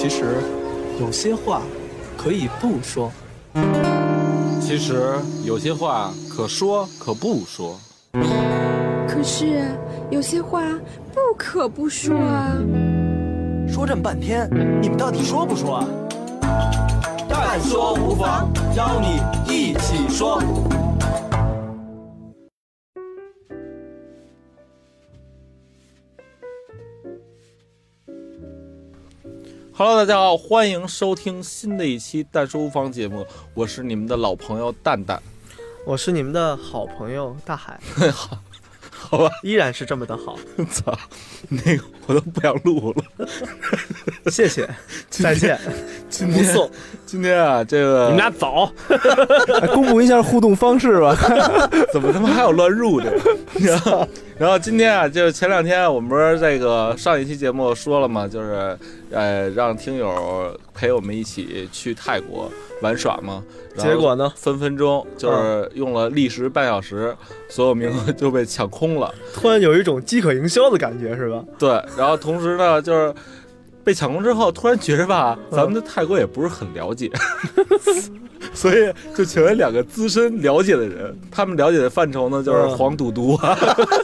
其实有些话可以不说， 其实有些话可说可不说， 可是有些话不可不说啊。 说这么半天，你们到底说不说啊？但说无妨，邀你一起说。 Hello， 大家好，欢迎收听新的一期但说无妨节目，我是你们的老朋友蛋蛋， 我是你们的好朋友大海。 好吧， 依然是这么的好。 操，那个我都不想录了。 谢谢，再见， 不送。 今天啊，这个你们俩走， 公布一下互动方式吧。 怎么他妈还有乱入的？然后今天啊，就是前两天我们不是这个上一期节目说了嘛，就是让听友陪我们一起去泰国玩耍嘛。 结果呢， 分分钟就是用了历时半小时，所有名额就被抢空了。 突然有一种饥渴营销的感觉，是吧？ 对，然后同时呢，就是被抢空之后，突然觉着吧，咱们对泰国也不是很了解。所以就请来两个资深了解的人，他们了解的范畴呢就是黄赌毒啊。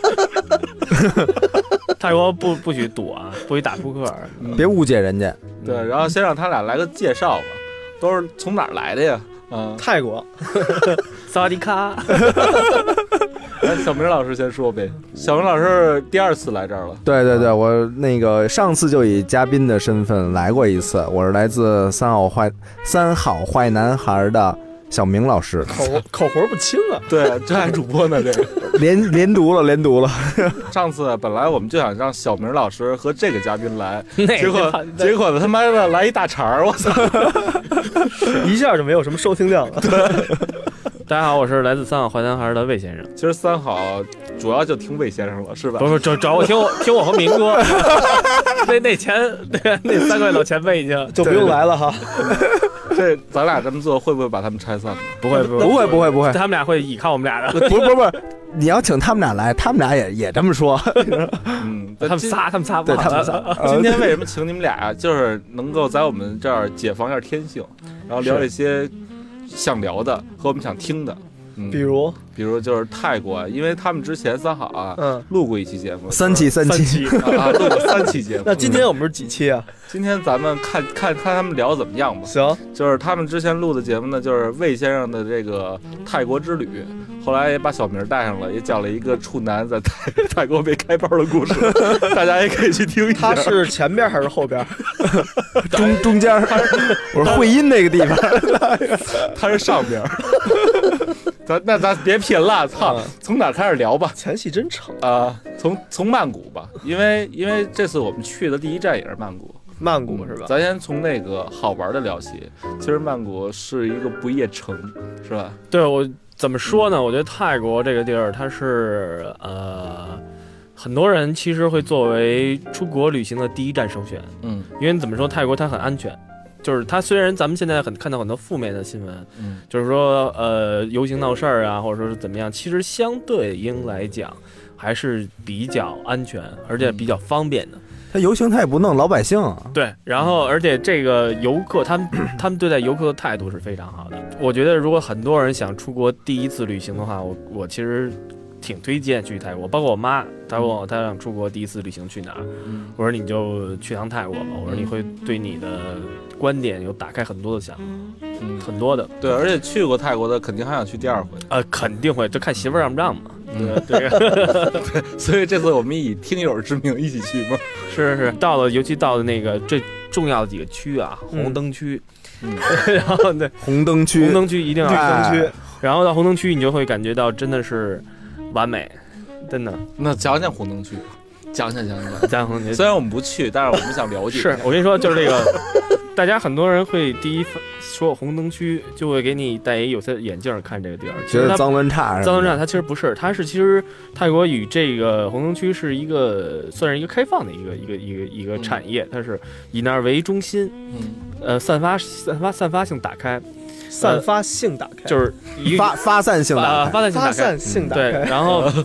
泰国不许赌啊，不许打扑克， 别误解人家。 对，然后先让他俩来个介绍吧，都是从哪儿来的呀？ 泰国。 萨瓦迪卡。 来，小明老师先说呗。小明老师第二次来这儿了。 对对对，我那个上次就以嘉宾的身份来过一次，我是来自三好坏男孩的小明老师。 口活不轻啊。 对，真爱主播呢，这个连读了。 上次本来我们就想让小明老师和这个嘉宾来，结果呢他妈的来一大茬，我操， 一下就没有什么收听量了。 大家好，我是来自三好坏男孩的魏先生。 其实三好主要就听魏先生了，是吧？ 不是，找我听我和明哥。那钱，那3个月老前辈已经就不用来了哈。 这咱俩这么做会不会把他们拆散呢？ 不会，他们俩会倚靠我们俩的。 不是，你要请他们俩来，他们俩也这么说。 他们仨， 对，他们仨。 今天为什么请你们俩呀？就是能够在我们这儿解放一下天性，然后聊一些想聊的和我们想听的。 比如就是泰国，因为他们之前三好啊，录过一期节目， 三期啊，录过3期节目。 那今天我们是几期啊？ 今天咱们看他们聊怎么样吧。 行， 就是他们之前录的节目呢，就是魏先生的这个泰国之旅，后来也把小明带上了，也讲了一个处男在泰国被开包的故事，大家也可以去听一下。 他是前边还是后边？ 中间。我是会阴那个地方， 他是上边。咱别贫了，操！从哪开始聊吧？ 前戏真长啊！从曼谷吧，因为这次我们去的第一站也是曼谷是吧？ 咱先从那个好玩的聊起。其实曼谷是一个不夜城，是吧？ 对，我怎么说呢？我觉得泰国这个地儿，它是很多人其实会作为出国旅行的第一站首选。因为怎么说，泰国它很安全。就是它虽然咱们现在看到很多负面的新闻，就是说游行闹事儿啊，或者说是怎么样，其实相对应来讲还是比较安全，而且比较方便的。 他游行他也不弄老百姓啊。 对，然后而且这个游客他们对待游客的态度是非常好的。我觉得如果很多人想出国第一次旅行的话，我其实挺推荐去泰国，包括我妈，她问我她想出国第一次旅行去哪儿，我说你就去趟泰国吧，我说你会对你的观点有打开很多的想法，很多的。 对，而且去过泰国的肯定还想去第二回。 肯定会，就看媳妇儿让不让嘛。 对，所以这次我们以听友之名一起去嘛。 是，尤其到了那个最重要的几个区啊，红灯区。然后对， 红灯区一定要红灯区。然后到红灯区，你就会感觉到真的是完美，真的。 那讲讲红灯区，讲红灯区。虽然我们不去，但是我们想了解。 是我跟你说，就是这个，大家很多人会第一说红灯区，就会给你戴一有色眼镜看这个地儿， 觉得脏乱差。 它其实不是，它是其实泰国与这个红灯区是一个算是一个开放的一个产业，它是以那儿为中心，散发性打开。 散发性打开， 就是发散性打开， 发散性打开。 对，然后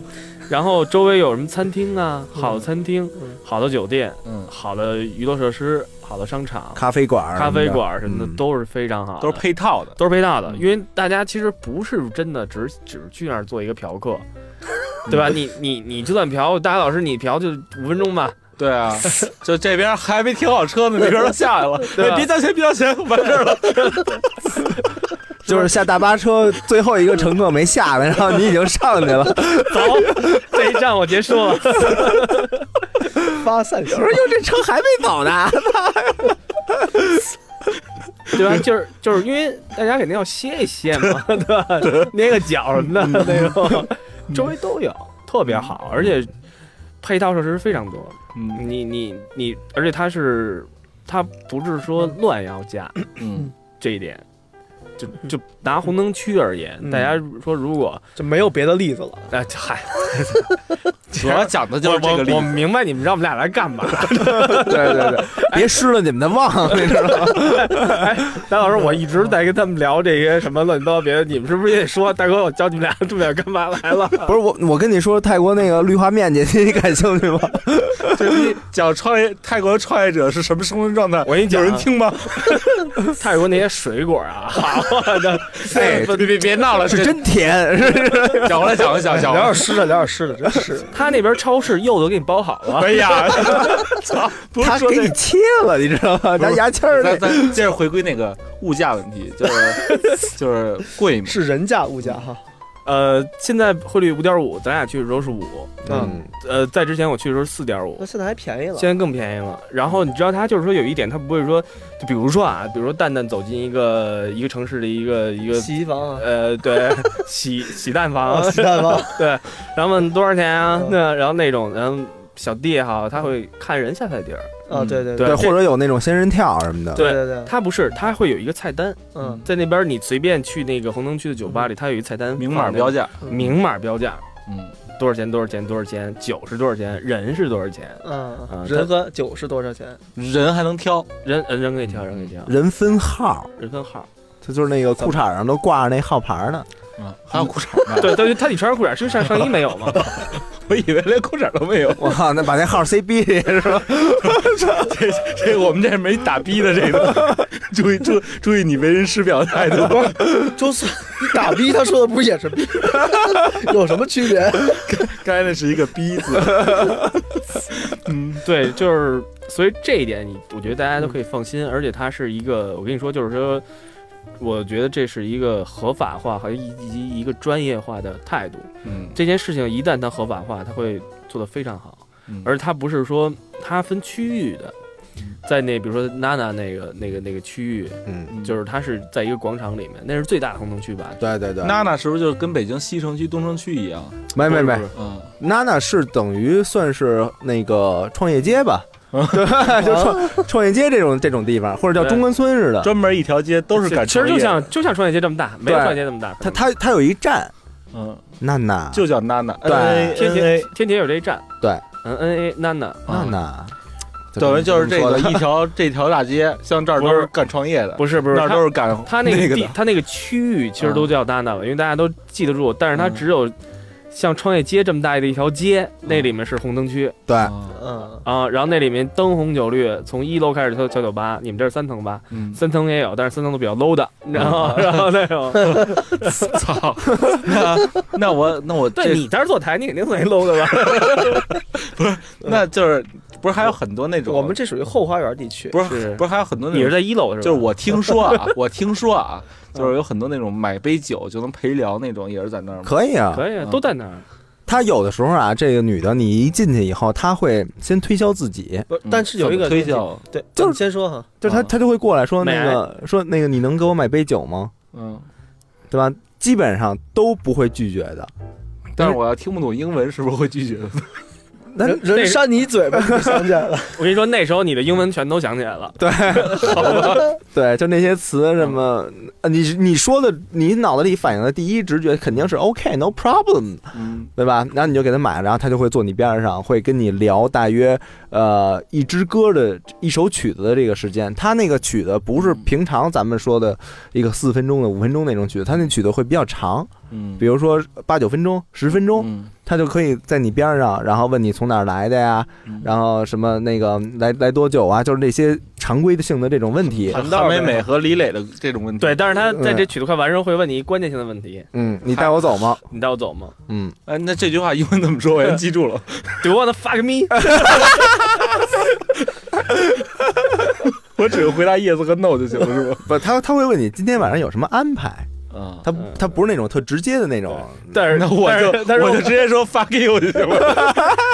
然后周围有什么餐厅啊，好的餐厅，好的酒店，好的娱乐设施，好的商场、 咖啡馆什么的都是非常好的， 都是配套的， 因为大家其实不是真的只去那儿做一个嫖客，对吧？你就算嫖，大家老师你嫖就5分钟吧。 对啊，就这边还没停好车呢，那边都下来了，别交钱，完事儿了。 就是下大巴车最后一个乘客没下来，然后你已经上去了， 走，这一站我结束了。 发散性， 我说哟，这车还没走呢， 对吧？就是因为大家肯定要歇一歇嘛，对吧？捏个脚什么的那种，周围都有，特别好，而且配套设施非常多。你，而且它不是说乱要价，这一点。就拿红灯区而言，大家说如果就没有别的例子了。 嗨， 主要讲的就是这个例子。 我明白你们让我们俩来干嘛？ 对，别失了你们的望，你知道吗？ 哎，大老师，我一直在跟他们聊这些什么乱七八糟别的，你们是不是也得说，大哥，我教你们俩重点干嘛来了？ 不是我跟你说泰国那个绿化面积，你感兴趣吗？ 就是讲泰国的创业者是什么生存状态， 我跟你讲， 有人听吗？ 泰国那些水果啊，好的， 哎， 别闹了， 是真甜。 讲过来讲一讲， 聊点湿的，真是。 他那边超市柚子给你包好了。 哎呀，操！ 他给你切了，你知道吗？拿牙签儿。 咱接着回归那个物价问题，就是贵嘛， 是人价物价哈。 现在汇率5.5，咱俩去的时候是5，在之前我去的时候4.5， 那现在还便宜了， 现在更便宜了。然后你知道它就是说有一点，它不会说，就比如说蛋蛋走进一个城市的一个洗衣房， 对，洗蛋房， 洗蛋房， 对，然后问多少钱啊？然后那种，然后小弟也好，他会看人下菜碟儿。 对， 或者有那种仙人跳什么的。 对，他不是，他会有一个菜单。在那边你随便去那个红灯区的酒吧里，他有一个菜单， 明码标价。 多少钱，90多少钱，人是多少钱？ 人和酒是多少钱？ 人还能挑， 人可以挑， 人分号，他就是那个裤衩上都挂着那号牌呢。 还有裤衩。 对，他得穿上裤衩，是上衣没有吗？ 我以为连裤衩都没有。 我靠，那把那号塞逼里是吧？ 这我们这没打逼的这个，注意你为人师表态度。 就是你打逼，他说的不也是逼？有什么区别？ 刚才那是一个逼字。 对，就是所以这一点我觉得大家都可以放心，而且它是一个，我跟你说，就是说。我觉得这是一个合法化和以及一个专业化的态度。这件事情一旦它合法化，它会做得非常好。而它不是说它分区域的，在比如说娜娜那个区域，就是它是在一个广场里面，那是最大的红灯区吧？ 对。 娜娜是不是就是跟北京西城区、东城区一样？ 没，娜娜是等于算是那个创业街吧？对，就创业街这种地方，或者叫中关村似的， 专门一条街都是赶创业。 其实就像创业街这么大，没有创业街这么大。 它有一站，娜娜就叫娜娜， 对， 天铁有这一站， 对 ，NNA 娜娜， 等于就是这条大街，像这儿都是干创业的， 不是， 那都是干他那个区域其实都叫娜娜了，因为大家都记得住，但是它只有。像创业街这么大的一条街，那里面是红灯区， 对， 然后那里面灯红酒绿，从1楼开始小酒吧，你们这是3层吧？3层也有，但是3层都比较 low 的，然后那种， 操，那我对你这儿坐台，你肯定算 low 的吧？ 不是，那就是不是还有很多那种， 我们这属于后花园地区， 不是还有很多那种， 你是在1楼是吧？ 就是我听说啊。就是有很多那种买杯酒就能陪聊那种，也是在那儿吗？ 可以啊， 都在那儿。 他有的时候啊，这个女的你一进去以后，他会先推销自己， 但是有一个推销， 对，就是先说哈， 就是他就会过来说那个你能给我买杯酒吗？对吧？基本上都不会拒绝的。 但是我要听不懂英文，是不是会拒绝的？ 人扇你嘴巴，你想起来了。 我跟你说，那时候你的英文全都想起来了。 对，好吧，对，就那些词什么，你说的，你脑子里反应的第一直觉肯定是 OK，no problem，对吧？然后你就给他买，然后他就会坐你边上，会跟你聊大约一支歌的一首曲子的这个时间。他那个曲子不是平常咱们说的一个4分钟的5分钟那种曲子，他那曲子会比较长。 比如说8、9分钟、10分钟，他就可以在你边上，然后问你从哪儿来的呀，然后什么那个来多久啊，就是那些常规性的这种问题。 韩美美和李磊的这种问题。 对，但是他在这曲子快完时候会问你关键性的问题。 你带我走吗？ 你带我走吗？ 那这句话英文怎么说？我先记住了。 Do you wanna fuck me？ 我只回答 yes 和 no 就行了，是吧？ 不，他会问你今天晚上有什么安排。他不是那种特直接的那种， 但是我就直接说 fuck you 就行了。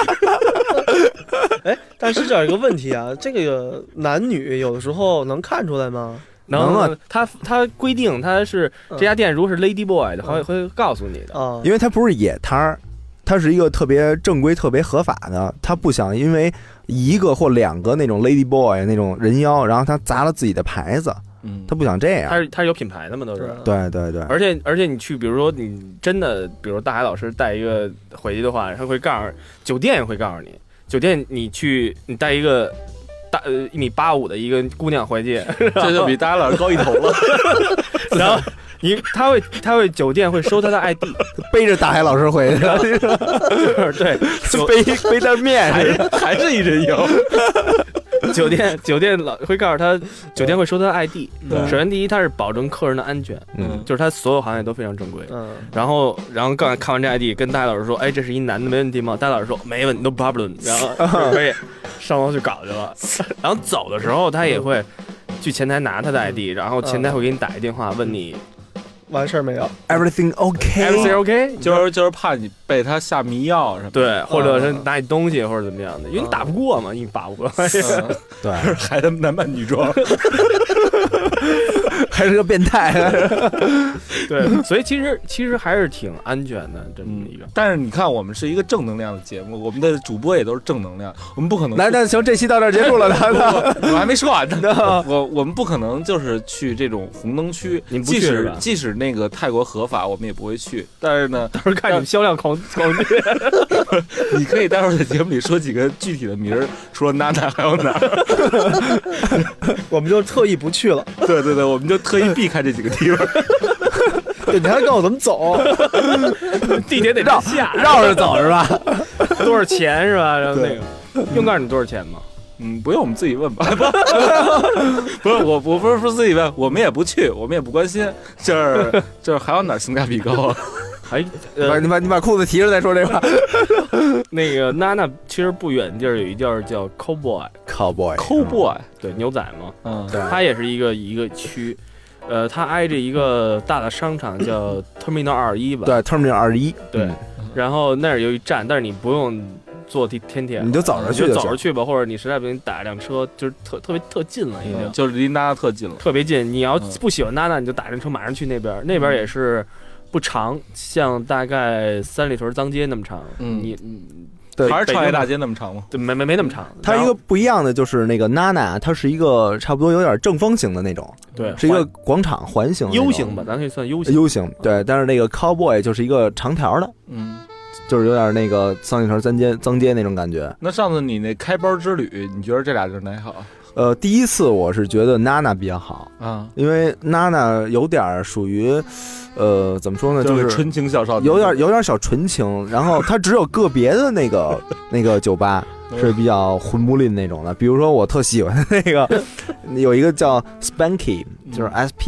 哎，但是这有一个问题啊，这个男女有的时候能看出来吗？ 能啊，他规定他是这家店如果是 Lady Boy 的，会告诉你的， 因为他不是野摊儿，他是一个特别正规、特别合法的，他不想因为1个或2个那种 Lady Boy 那种人妖，然后他砸了自己的牌子。他不想这样， 他是有品牌的嘛，都是。 对对对， 而且你去，比如说你真的，比如大海老师带一个回去的话，他会告诉酒店也会告诉你，酒店你带一个1.85米的一个姑娘回去， 这就比大海老师高1头了。 然后他会酒店会收他的 ID， 背着大海老师回去， 对， 背着面还是一人妖。 酒店老会告诉他，酒店会收他的 ID。首先第一，他是保证客人的安全，就是他所有行业都非常正规。然后刚看完这 ID， 跟大老师说，哎，这是一男的，没问题吗？大老师说没问题 ，no problem。然后可以上楼去搞去了。然后走的时候，他也会去前台拿他的 ID， 然后前台会给你打一电话问你。 完事儿没有 ？Everything OK？Everything OK？ 就是怕你被他下迷药什么的， 对，或者是拿你东西或者怎么样的，因为你打不过嘛，你打不过。 对， 还他妈男扮女装， 还是个变态。 对，所以其实还是挺安全的，这么一个。 但是你看，我们是一个正能量的节目，我们的主播也都是正能量，我们不可能。 那行，这期到这儿结束了。 我还没说完呢。我们不可能就是去这种红灯区， 你不去即使那个泰国合法，我们也不会去。但是呢， 到时候看你们销量狂跌。 你可以待会儿在节目里说几个具体的名儿，除了娜娜还有哪儿？ 我们就特意不去了。 对对对，我们就特意避开这几个地方。 对，你还告诉我怎么走？ 地铁得绕着走是吧？ 多少钱是吧？然后那个用告诉你多少钱吗？ 不用，我们自己问吧。不是我不是自己问，我们也不去，我们也不关心。就是还有哪儿性价比高啊？ 你把裤子提着再说这话。 那个娜娜其实不远地儿有一地儿叫 Cowboy， 对，牛仔嘛，对，它也是一个区，它挨着一个大的商场叫 Terminal 21吧？ 对 Terminal 21， 对，然后那儿有一站，但是你不用坐天铁， 你就走着去就走着去吧，或者你实在不行打一辆车，就是特近了，已经就是离娜娜特近了， 特别近。你要不喜欢娜娜，你就打辆车马上去那边，那边也是不长，像大概三里屯脏街那么长。你对， 还是长安大街那么长吗？ 对，没那么长。 它一个不一样的就是那个娜娜，它是一个差不多有点正方形的那种， 对， 是一个广场环形 U 型吧，咱可以算 U 型。对，但是那个 Cowboy 就是一个长条的，就是有点那个三里屯脏街那种感觉。 那上次你那开包之旅，你觉得这俩人哪好？ 第一次我是觉得娜娜比较好啊，因为娜娜有点属于，怎么说呢，就是纯情小少女， 有点小纯情。然后她只有个别的那个酒吧是比较混不吝那种的，比如说我特喜欢的那个，有一个叫 Spanky， 就是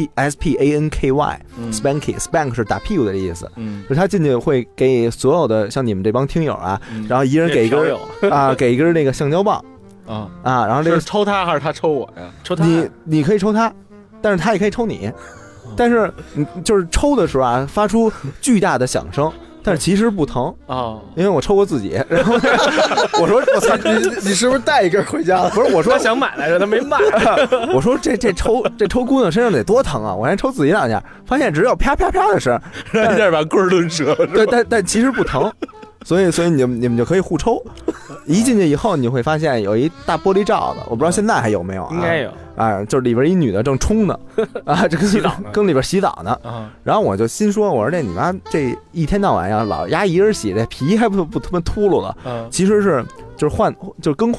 SPANKY，Spank 是打屁股的意思，就是他进去会给所有的像你们这帮听友啊，然后一人给一根给一根那个橡胶棒。然后这个是抽他还是他抽我呀？ 抽他， 你可以抽他，但是他也可以抽你，但是就是抽的时候啊，发出巨大的响声，但是其实不疼因为我抽过自己。然后我说我操， 你是不是带一根回家了？ 不是，我说他想买来着，他没买。 我说这抽姑娘身上得多疼啊！我还抽自己两下，发现只有啪啪啪的声， 一下把棍儿抡折。 对，但其实不疼。所以你们就可以互抽，一进去以后你会发现有一大玻璃罩子，我不知道现在还有没有， 应该有就是里边一女的正冲呢，这个洗澡呢， 跟里边洗澡呢，然后我就心说，我说这你妈这一天到晚要老丫一人洗，这皮还不他妈秃噜了，其实是就是更换，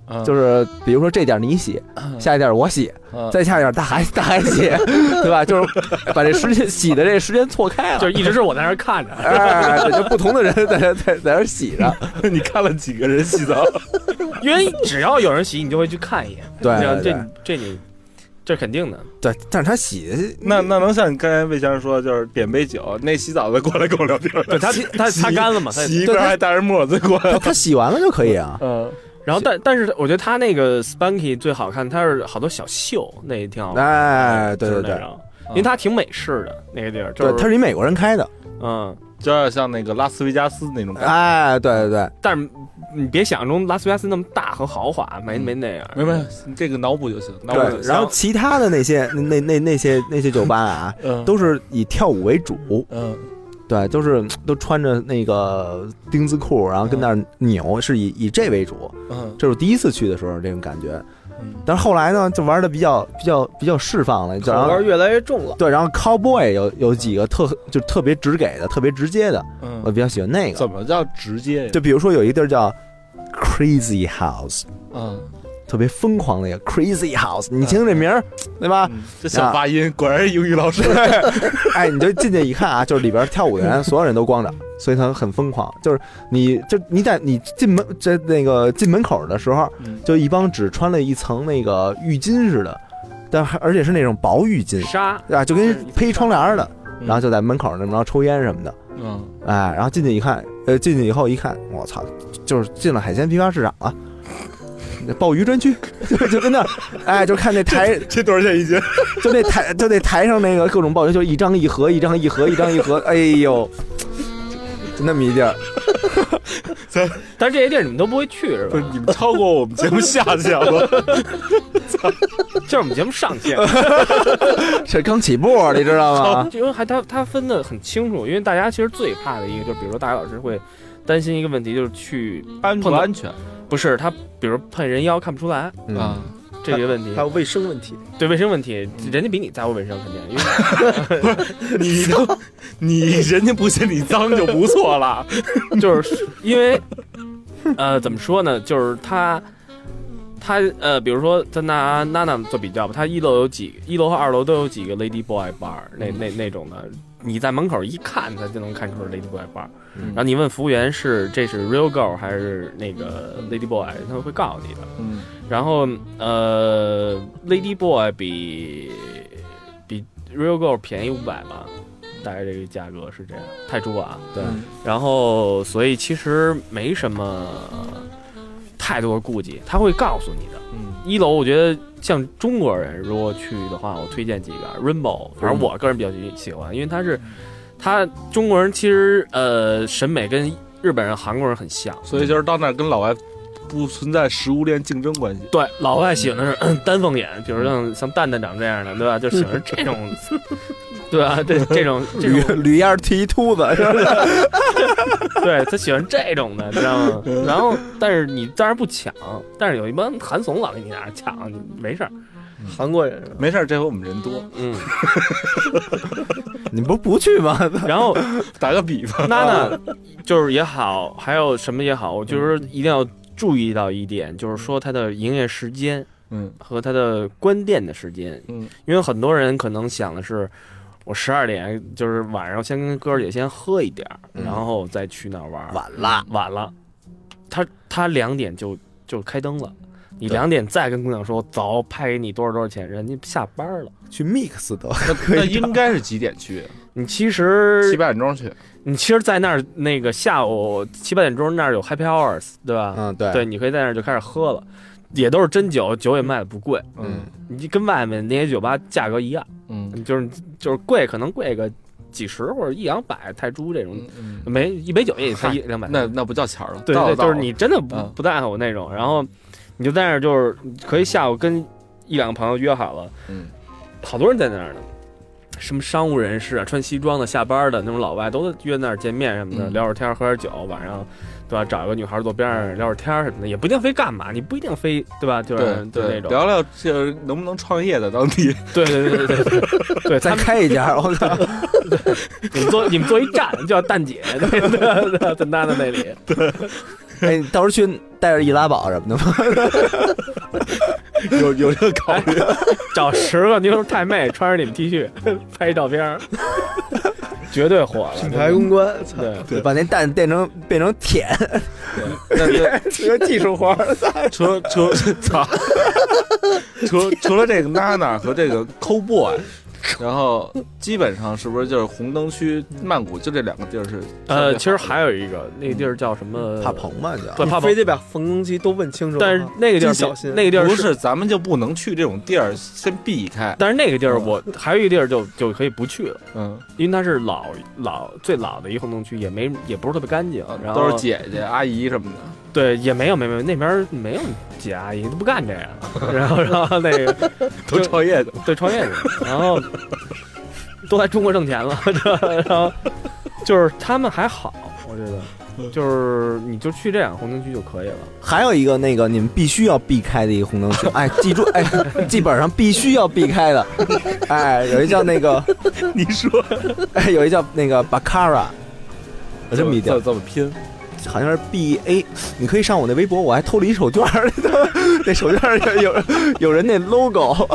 就是比如说这点你洗，下一点我洗，再下一点他还洗，对吧？就是把这时间洗的这时间错开了， 就是一直是我在那儿看着， 哎，对，就不同的人在那儿洗着。 你看了几个人洗澡？ 因为只要有人洗，你就会去看一眼。 对， 这肯定的。 对，但是他洗那能像你刚才魏先生说，就是点杯酒，那洗澡的过来跟我聊天。 对他擦干了嘛， 洗一边还带着沫子过来。 他洗完了就可以啊。 然后但是我觉得他那个 Spunky 最好看，他是好多小秀，那也挺好看。 哎，对， 因为他挺美式的那个地儿， 对，他是一美国人开的， 就有点像那个拉斯维加斯那种感觉。 哎，对。 但是你别想象中拉斯维加斯那么大和豪华，没那样。 没，这个脑补就行。 对，然后其他的那些酒吧啊，都是以跳舞为主。对，就是都穿着那个丁字裤，然后跟那儿扭，是以这为主。这是我第一次去的时候这种感觉。但是后来呢，就玩的比较释放了， 口味越来越重了。 对，然后 Cowboy 有几个特别直给的，特别直接的，我比较喜欢那个。 怎么叫直接呀？ 就比如说有一个地儿叫 Crazy House，特别疯狂的一个 Crazy House， 你听这名儿，对吧？ 这小发音果然是英语老师。 哎，你就进去一看啊，就是里边跳舞的人，所有人都光着，所以他很疯狂。就是你在你进门口的时候，就一帮只穿了一层那个浴巾似的，而且是那种薄浴巾， 纱啊，就跟披窗帘的，然后就在门口那么抽烟什么的。哎，然后进去一看，进去以后一看，我操，就是进了海鲜批发市场了。鲍鱼专区就跟那儿，哎，就看那台， 这多少钱一斤？ 就那台上那个各种鲍鱼，就一张一盒，哎呦，就那么一地儿。 但是这些地儿你们都不会去是吧？ 不是，你们超过我们节目下限了。 就是我们节目上限， 这刚起步，你知道吗？ 因为他分得很清楚，因为大家其实最怕的一个就是，比如说大学老师会担心一个问题，就是去安全。不是他，比如碰人妖看不出来这个问题， 还有卫生问题。 对卫生问题，人家比你在乎卫生，肯定，因为不是你人家不嫌你脏就不错了， 就是因为怎么说呢，就是他比如说咱拿娜娜做比较吧，他一楼和2楼都有几个 Lady Boy Bar 那种的，你在门口一看，他就能看出是 Lady Boy Bar。然后你问服务员这是 Real Girl 还是那个 Lady Boy， 他会告诉你的。然后Lady Boy 比 Real Girl 便宜500吧，大概这个价格是这样，泰铢啊。 对。 然后所以其实没什么太多的顾忌，他会告诉你的。1楼我觉得像中国人如果去的话，我推荐几个 Rainbow， 反正我个人比较喜欢，因为他中国人其实审美跟日本人、韩国人很像， 所以就是到那儿跟老外不存在食物链竞争关系。 对，老外喜欢的是丹凤眼，比如像蛋蛋长这样的，对吧？就喜欢这种，对吧？这种驴样剃秃子，是吧？ 对，他喜欢这种的，知道吗？然后，但是你当然不抢，但是有一帮韩怂老给你拿抢，你没事儿。 韩国人没事，这回我们人多。 你不去吗？ 然后打个比方， 娜娜就是也好，还有什么也好，我就是一定要注意到一点，就是说它的营业时间，和它的关店的时间，因为很多人可能想的是，我12点就是晚上先跟哥儿姐先喝一点，然后再去那玩。晚了，他2点就开灯了。你2点再跟姑娘说走，拍给你多少钱，人家下班了， 去 mix 的。 那应该是几点去？ 你其实 7、8点钟去。 你其实，在那儿那个下午7、8点钟那儿有 happy hours， 对吧？对，你可以在那儿就开始喝了，也都是真酒，酒也卖的不贵。你跟外面那些酒吧价格一样。就是贵，可能贵个几十或者100-200泰铢这种，一杯酒也得才100-200。 那不叫钱了。 对，就是你真的不在乎那种，然后。你就在那儿，就是可以下午跟1-2个朋友约好了，好多人在那儿呢，什么商务人士啊，穿西装的、下班的那种老外都约那儿见面什么的，聊会儿天，喝点酒，晚上对吧？找一个女孩坐边上聊会儿天什么的，也不一定非干嘛，你不一定非对吧？就是那种聊聊这能不能创业的当地， 对， 再开一家，我靠， 你们做一站叫蛋姐，对，在娜娜那里， 哎，到时候去带着易拉宝什么的吗？ 有这个考虑。 找10个妞太妹穿着你们 T 恤拍照片，绝对火了。 品牌公关， 对， 把那蛋变成舔， 这个技术活儿。 除了这个 Nana 和这个 Cowboy， 然后基本上是不是就是红灯区曼谷就这2个地儿是？ 其实还有一个那个地儿叫什么？ 帕蓬嘛叫。 对，帕蓬。 非得把风灯期都问清楚。 但是那个地儿小心， 那个地儿不是咱们就不能去这种地儿，先避开。 但是那个地儿我还有一个地儿就可以不去了，因为它是最老的一红灯区，也不是特别干净，然后都是姐姐阿姨什么的。 对，也没有那边没有姐阿姨都不干这个，然后那个都创业的， 对，创业的，然后都在中国挣钱了，然后就是他们还好，我觉得就是你就去这2个红灯区就可以了。 还有一个那个你们必须要避开的一个红灯区，哎，记住，哎，基本上必须要避开的，哎，有一叫那个， 你说， 哎，有一叫那个 Baccarat， 我这么一点这么拼。 好像是 BA， 你可以上我那微博，我还偷了一手绢那手绢有人那 logo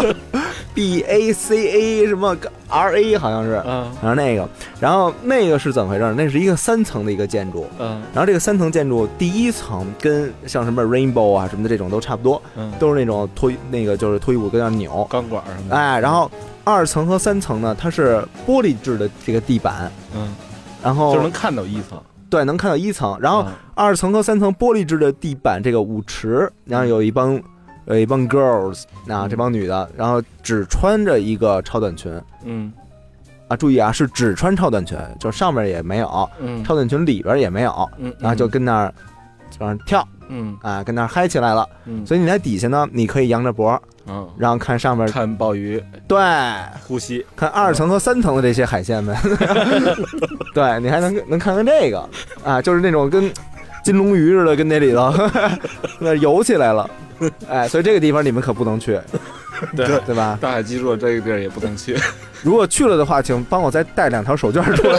BACA 什么 RA 好像是，然后那个是怎么回事？那是一个3层的一个建筑，然后这个3层建筑第1层跟像什么 Rainbow 啊什么的这种都差不多，都是那种就是脱衣舞跟那扭钢管什么的， 哎，然后2层和3层呢，它是玻璃制的这个地板，然后就能看到1层。 对，能看到1层，然后2层和3层玻璃制的地板，这个舞池，然后有一帮 girls， 这帮女的，然后只穿着一个超短裙，注意啊，是只穿超短裙，就上面也没有，超短裙里边也没有，然后就跟那儿就往上跳，跟那儿嗨起来了，所以你在底下呢，你可以扬着脖，然后看上面看鲍鱼， 对， 呼吸， 看2层和3层的这些海鲜们，对你还能看看这个啊，就是那种跟金龙鱼似的，跟那里头那游起来了，哎，所以这个地方你们可不能去，对吧？ 大海记住这个地儿也不能去。 如果去了的话，请帮我再带2条手绢出来。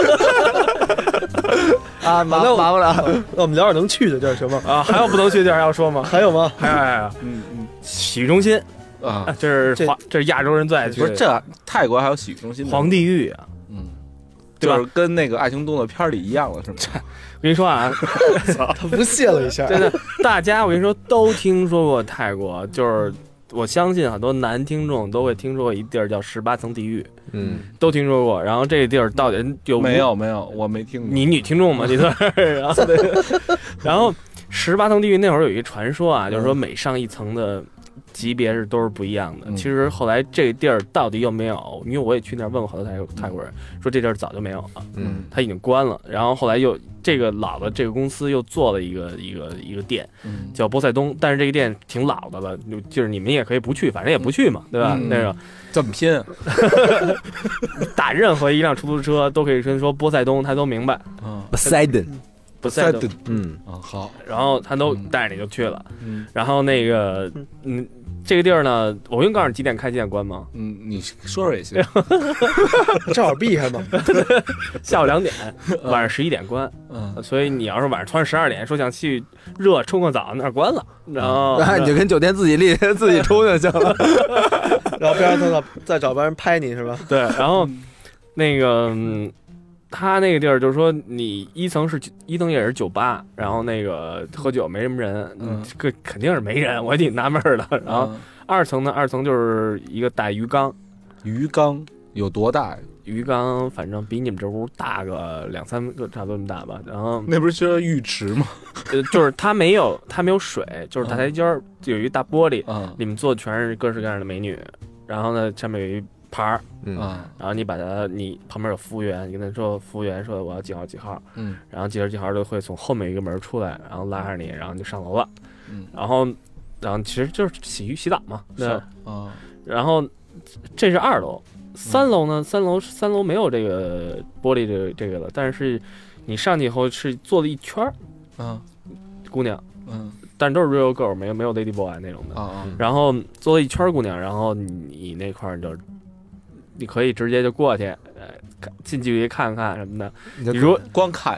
啊，麻烦了。 那我们聊点能去的地儿行吗？ 啊，还有不能去的地儿要说吗？ 还有吗？ 还有，洗浴中心啊，这是亚洲人最爱去的。 不是，这泰国还有洗浴中心， 皇帝浴啊， 就是跟那个爱情动作片里一样了，是吗？ 我跟你说啊， 他不屑了一下， 真的，大家我跟你说都听说过泰国，就是我相信很多男听众都会听说过一地儿叫18层地狱，都听说过。然后这个地儿到底没有， 我没听过。 你女听众吗？你然后18层地狱那会儿有一个传说啊，就是说每上1层的级别都是不一样的。其实后来这个地儿到底有没有？因为我也去那儿问过好多泰国人，说这地儿早就没有了，他已经关了。然后后来又这个老的这个公司又做了一个店，叫波塞冬，但是这个店挺老的了，就是你们也可以不去，反正也不去嘛，对吧？那个这么拼， 打任何一辆出租车都可以说波塞冬，他都明白。 Poseidon， 好， 然后他都带着你就去了，然后那个这个地儿呢，我用告诉你几点开几点关吗？ 你说也行， 正好避开嘛。 下午2点，晚上11点关。所以你要是晚上穿12点，说想去热冲个澡，那儿关了，然后你就跟酒店自己冲就行了， 然后边上再找帮人拍你是吧？ 对，然后那个。他那个地儿就是说，你1层也是酒吧，然后那个喝酒没什么人，这肯定是没人，我挺纳闷的。然后2层呢，2层就是一个大鱼缸， 鱼缸有多大呀？ 鱼缸反正比你们这屋大个2-3个，差不多那么大吧。然后那不是叫浴池吗？ 就是它没有水，就是大台阶儿，有一大玻璃，里面坐的全是各式各样的美女，然后呢上面有一牌儿，然后你旁边有服务员，你跟他说，服务员说我要几号几号，然后几号几号就会从后面一个门出来，然后拉着你，然后你就上楼了，然后其实就是洗澡嘛，对，然后这是2楼，3楼呢，3楼没有这个玻璃这个了，但是你上去以后是坐了一圈姑娘，但都是 real girl， 没有 lady boy 那种的，然后坐了一圈姑娘，然后你那块就。你可以直接就过去，近距离看看什么的。 你如果光看，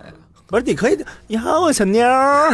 不是，你可以，你好，小妞儿。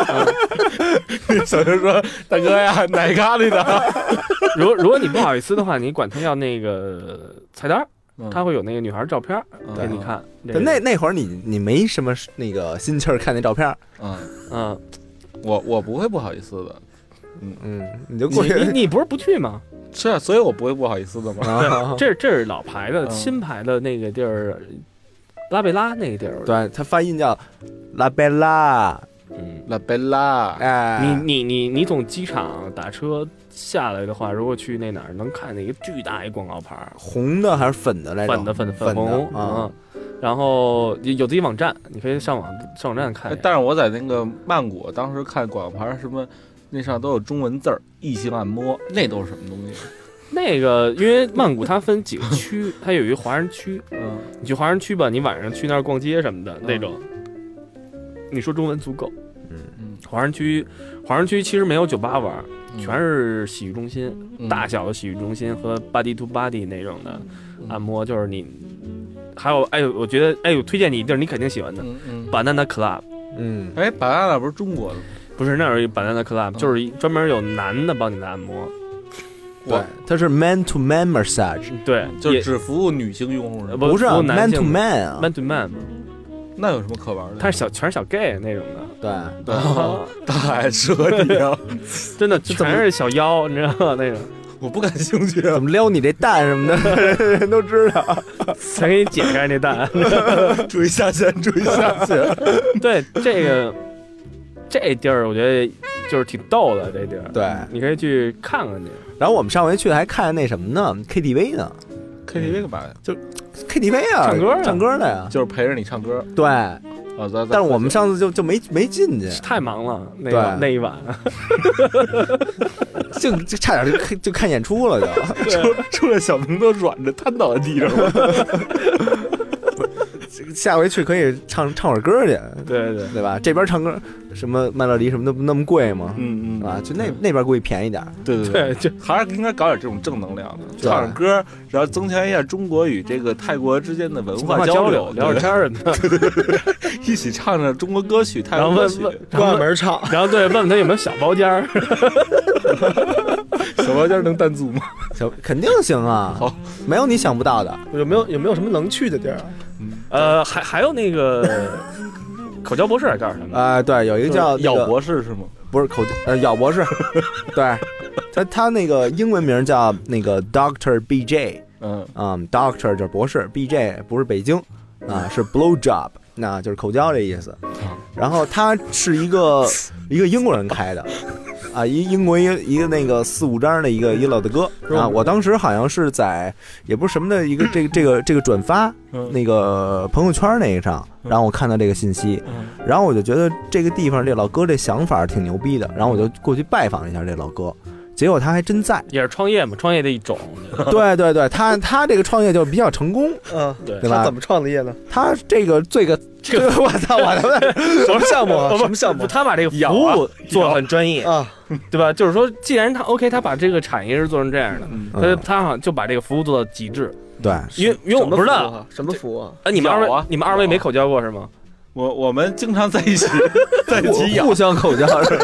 小妞说：“大哥呀，哪咖喱的？” 如果你不好意思的话，你管他要那个菜单，他会有那个女孩照片给你看。 那会儿你没什么那个心气儿看那照片。 我不会不好意思的。 你就过去， 你不是不去吗？ 是啊，所以我不会不好意思的嘛。 这是老牌的，新牌的那个地儿，拉贝拉那个地儿。 对，它发音叫拉贝拉。 拉贝拉。 哎， 你从机场打车下来的话，如果去那哪儿能看见一个巨大一广告牌， 红的还是粉的来着？ 粉红啊。然后有自己网站，你可以上网站看。 但是我在那个曼谷，当时看广告牌什么，那上都有中文字儿，异性按摩，那都是什么东西？ 那个，因为曼谷它分几个区，它有一个华人区，你去华人区吧，你晚上去那儿逛街什么的那种，你说中文足够。华人区其实没有酒吧玩，全是洗浴中心，大小的洗浴中心和 body to body 那种的按摩，就是你。还有，我觉得，我推荐你一地儿，你肯定喜欢的，Banana Club。 Banana 不是中国的吗？ 不是，那有一 Banana Club，就是专门有男的帮你按摩。 对，它是 man to man massage。 对， 就只服务女性用户。 不是 man to man 啊 ，man to man。 那有什么可玩的？ 它是全是小 gay 那种的。 对， 太奢侈了， 真的全是小妖，你知道吗？那种。 我不感兴趣， 怎么撩你这蛋什么的，人都知道。 才给你解开那蛋， 注意下线，注意下线。 对，这地儿我觉得就是挺逗的，这地儿。 对， 你可以去看看去。 然后我们上回去还看那什么呢 ？KTV 呢 ？KTV 干嘛呀？ 就 KTV 啊，唱歌的呀， 就是陪着你唱歌。 对。但是我们上次就没进去， 太忙了，那一晚， 就差点就看演出了， 就出来小明都软着瘫倒在地上了。 下回去可以唱会儿歌去，对吧？这边唱歌什么麦乐迪什么的那么贵吗？啊，就那边估计便宜点。 对，就还是应该搞点这种正能量的，唱着歌，然后增强一下中国与这个泰国之间的文化交流， 聊着天儿的， 对，一起唱着中国歌曲，泰国歌曲， 关门唱， 然后问问他有没有小包间儿， 小包间能单租吗？ 肯定行啊，好，没有你想不到的。 有没有什么能去的地儿？ 还有那个口交博士还干什么？ 对，有一个叫咬博士是吗？ 不是咬博士，对，他那个英文名叫那个 Dr. BJ， Doctor 就是博士 ，BJ 不是北京啊，是 blow job， 那就是口交这意思。然后他是一个英国人开的。啊，英国一个那个4、5张的一个老大哥啊，我当时好像是在也不是什么的一个这个转发那个朋友圈那个上，然后我看到这个信息，然后我就觉得这个地方这老哥这想法挺牛逼的，然后我就过去拜访一下这老哥。结果他还真在， 也是创业嘛，创业的一种。 对，他这个创业就比较成功，对吧？ 他怎么创的业呢？ 他这个我操， 什么项目啊？什么项目？ 他把这个服务做得很专业啊， 对吧？就是说，既然他 OK， 他把这个产业是做成这样的，他好像就把这个服务做到极致。 对， 因为我不知道什么服务啊？ 你们二位没口交过是吗？ 我们经常在一起咬， 互相口交是吧？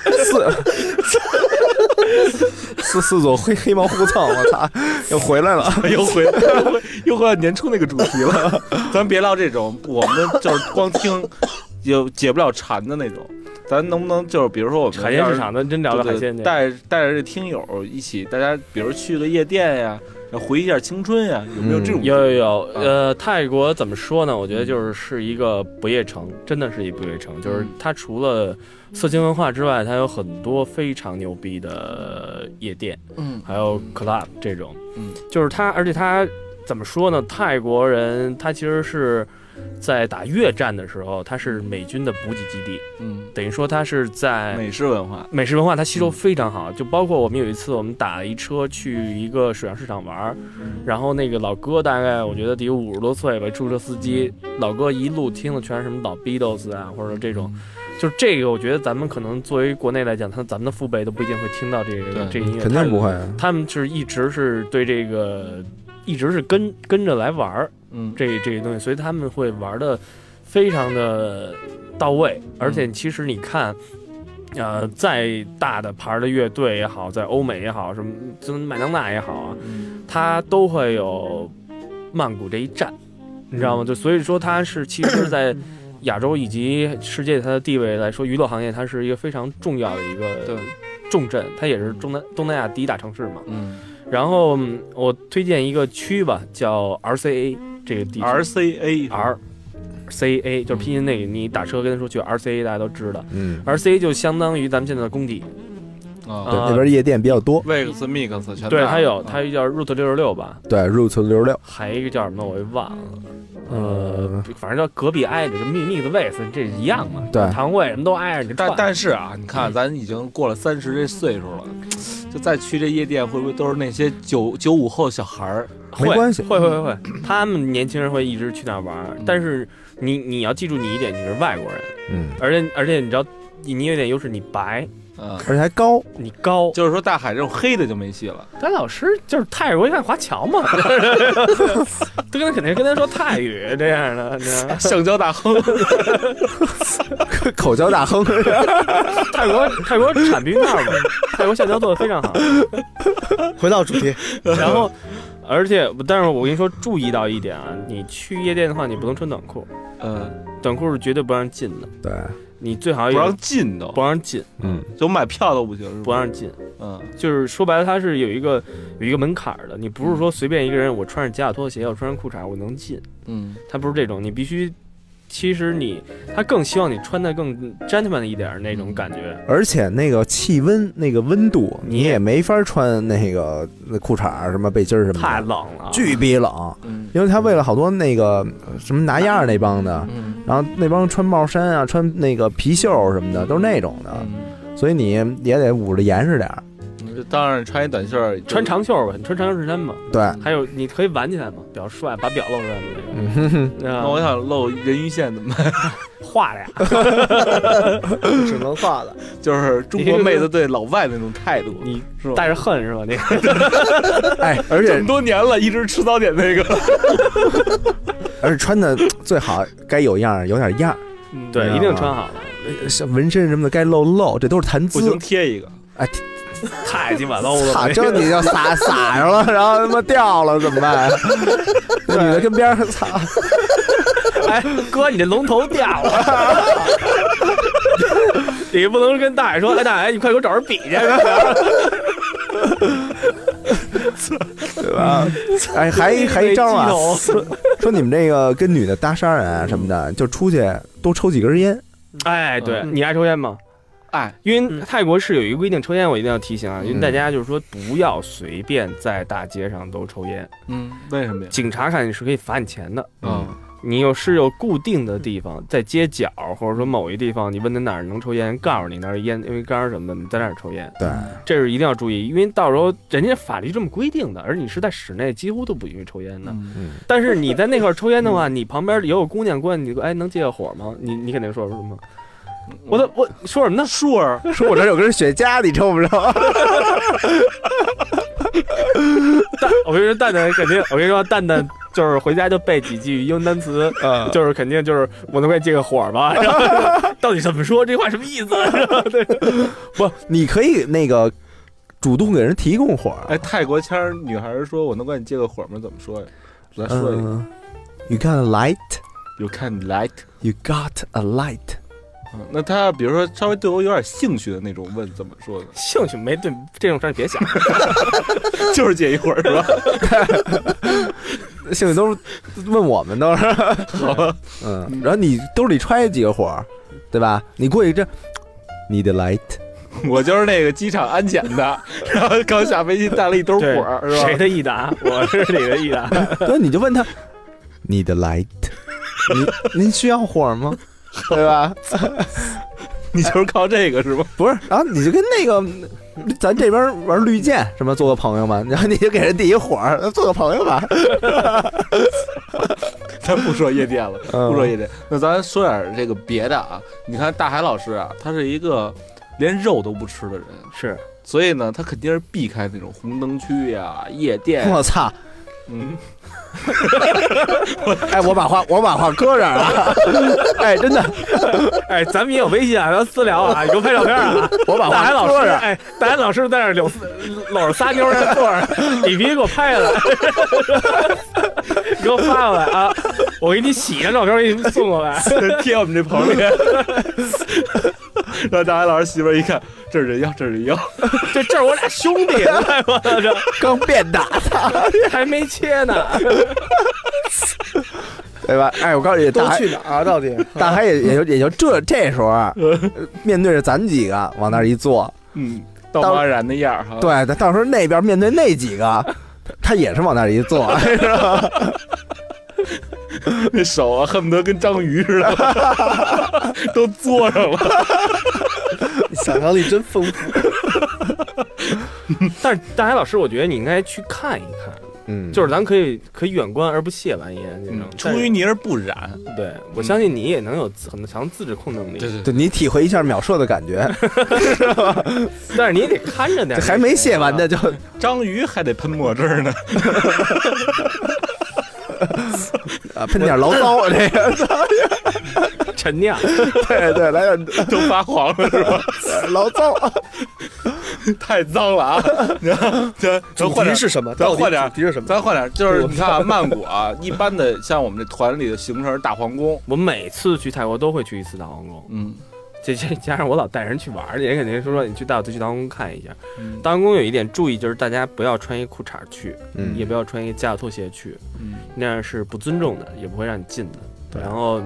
四组黑毛互蹭，我操，又回来了， 又回到年初那个主题了。咱别聊这种，我们就是光听就解不了馋的那种。咱能不能就是比如说我们海鲜市场的真聊聊海鲜去， 带着这听友一起，大家比如去个夜店呀，回忆一下青春呀，有没有这种？ 有。泰国怎么说呢？我觉得是一个不夜城，真的是一不夜城。就是它除了色情文化之外，它有很多非常牛逼的夜店，还有 club 这种，就是它，而且它怎么说呢？泰国人他其实是在打越战的时候，他是美军的补给基地，等于说他是在美式文化， 他吸收非常好。就包括我们有一次，我们打了一车去一个水上市场玩，然后那个老哥大概我觉得得有50多岁吧，出租车司机，老哥一路听的全是什么老 Beatles 啊，或者这种。就是这个，我觉得咱们可能作为国内来讲，咱们的父辈都不一定会听到这个音乐， 肯定不会。 他们是一直是对这个，一直是跟着来玩，这个东西，所以他们会玩的非常的到位，而且其实你看。再大的牌的乐队也好，在欧美也好，什么麦当娜也好啊，它都会有曼谷这一站，你知道吗？就所以说它是其实在亚洲以及世界它的地位来说，娱乐行业它是一个非常重要的一个重镇，它也是东南亚第一大城市嘛。然后我推荐一个区吧，叫 RCA 这个地区。RCA 就是拼音那个，你打车跟他说去 RCA， 大家都知道。RCA 就相当于咱们现在的工体。 对，那边夜店比较多 ，Vegas Mix 全对，它有叫 Route 66吧？ 对 Route 66， 还有一个叫什么我也忘了。反正叫隔壁挨着，就 Mix West 这一样嘛。 对， 堂会什么都挨着。 但是啊，你看咱已经过了30这岁数了，就再去这夜店，会不会都是那些95后小孩儿？ 没关系， 会，他们年轻人会一直去那玩，但是你要记住你一点，你是外国人，而且你知道你有点优势，你白。 而且还高， 你高， 就是说大海这种黑的就没戏了。 咱老师就是泰国一看华侨嘛，都肯定跟他说泰语这样的， 橡胶大亨， 口交大亨。 泰国产避孕套嘛，泰国橡胶做的非常好。 回到主题， 然后而且但是我跟你说，注意到一点啊，你去夜店的话，你不能穿短裤，短裤是绝对不让进的。 对。 你最好不让进都不让进， 就买票都不行， 不让进，就是说白了，它是有一个门槛的，你不是说随便一个人，我穿着夹脚拖鞋，我穿上裤衩我能进，它不是这种，你必须，其实他更希望你穿的更 gentleman 一点那种感觉， 而且那个气温那个温度，你也没法穿那个裤衩什么背心什么的， 太冷了， 巨逼冷，因为他为了好多那个什么拿样那帮的。然后那帮穿帽衫啊，穿那个皮袖什么的，都是那种的，所以你也得捂着严实点。 当然穿一短袖， 穿长袖吧，你穿长袖衬衫嘛。 对， 还有你可以挽起来嘛，比较帅，把表露出来的那个。 那我想露人鱼线怎么办？ 画的呀， 只能画的， 就是中国妹子对老外那种态度， 你是带着恨是吧？那个，哎，而且这么多年了，一直吃早点那个。 而且穿的最好该有样有点样， 对，一定穿好了。 像纹身什么的该露，这都是谈资。 不行贴一个， 哎， 太鸡巴 low 了。 这你就撒上了，然后他妈掉了怎么办？那女的跟边上擦。 哎，哥，你这龙头掉了。你不能跟大海说，哎，大海，你快给我找人比去。 对吧？哎，还一招啊！说你们这个跟女的搭讪啊什么的，就出去多抽几根烟。 哎，对，你爱抽烟吗？ 爱， 因为泰国是有一个规定，抽烟我一定要提醒啊，因为大家就是说不要随便在大街上都抽烟。 为什么呀？ 警察看你是可以罚你钱的。你有固定的地方，在街角或者说某一地方，你问他哪儿能抽烟，告诉你那儿烟因为杆什么的，你在那儿抽烟。 对， 这是一定要注意，因为到时候人家法律这么规定的，而你是在室内几乎都不允许抽烟的。但是你在那块抽烟的话，你旁边也有姑娘过来，你哎能借个火吗？你肯定说什么？我说什么呢？ 说我这有根雪茄，你抽不抽？ 我跟你说，蛋蛋肯定，我跟你说，蛋蛋就是回家就背几句英文单词，就是肯定就是我能给你借个火吧？到底怎么说这话什么意思？ 不，你可以那个主动给人提供火。 哎，泰国腔女孩说：“我能管你借个火吗？”怎么说呀？来说一个。 You got a light. You can light. You got a light. 那他比如说稍微对我有点兴趣的那种问怎么说的？ 兴趣没对这种事儿别想， 就是借一会儿是吧？ 兴趣都是问我们都是，然后你兜里揣几个火，对吧？你过去这，你的 light， 我就是那个机场安检的，然后刚下飞机带了一兜火，是吧？ 谁的益达？我是你的益达。 那你就问他，你的 light， 您需要火吗？对吧？ 你就是靠这个是吧？ 不是，然后你就跟那个咱这边玩绿箭什么做个朋友嘛，然后你就给人递一火，做个朋友吧。 咱不说夜店了，不说夜店，那咱说点这个别的啊。你看大海老师啊，他是一个连肉都不吃的人， 是， 所以呢，他肯定是避开那种红灯区呀、夜店。 我操！ 哎，我把话搁这儿啊！哎，真的， 哎，咱们也有微信啊，咱私聊啊，你给我拍照片啊。 我把大海老师， 话搁这儿。 哎，大海老师在那搂着仨妞在坐着，你必须给我拍下来，给我发过来啊！我给你洗张照片，给你送过来， 贴我们这棚里。然后大海老师媳妇一看，这是人妖，这是人妖， 这是我俩兄弟，我这刚变大， 还没切呢。 对吧？哎，我告诉你， 都大海去哪儿啊？到底？ 大海也就这时候啊，面对着咱几个往那儿一坐， 道貌岸然的样儿哈。 对，到时候那边面对那几个，他也是往那儿一坐，是吧？ 那手啊，恨不得跟章鱼似的，都坐上了。 你想象力真丰富。 但是大海老师，我觉得你应该去看一看，就是咱可以远观而不亵玩焉那种。 出淤泥而不染。 对，我相信你也能有很强自制控能力。 对，你体会一下秒射的感觉。 但是你也得看着点， 还没卸完的就章鱼还得喷墨汁呢。 啊，喷点醪糟，这个陈酿， 对，来点都发黄了是吧？ 醪糟， 太脏了啊！ 主题是什么？ 咱换点， 主题是什么？ 咱换点，就是你看啊，曼谷啊，一般的像我们这团里的行程是大皇宫， 我每次去泰国都会去一次大皇宫。这加上我老带人去玩，人肯定说你去带我去大皇宫看一下。大皇宫有一点注意，就是大家不要穿一裤衩去，也不要穿一夹脚拖鞋去，那样是不尊重的，也不会让你进的。然后，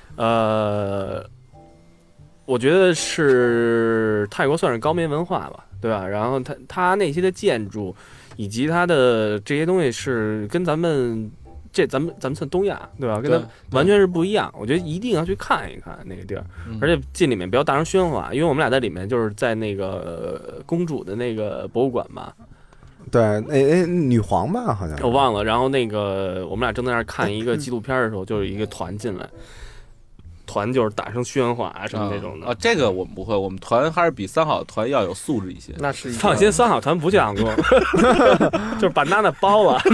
我觉得是泰国算是高棉文化吧，对吧？然后它那些的建筑以及它的这些东西是跟咱们算东亚，对吧？跟它完全是不一样。我觉得一定要去看一看那个地儿，而且进里面不要大声喧哗，因为我们俩在里面就是在那个公主的那个博物馆嘛。 对，那女皇吧，好像我忘了。然后那个我们俩正在那儿看一个纪录片的时候，就是一个团进来。团就是大声喧哗啊什么那种的这个我们不会，我们团还是比三好团要有素质一些。 那是放心，三好团不去韩国，就是把娜娜包了，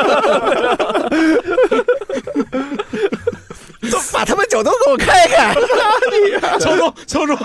把他们酒都给我开开， 敲钟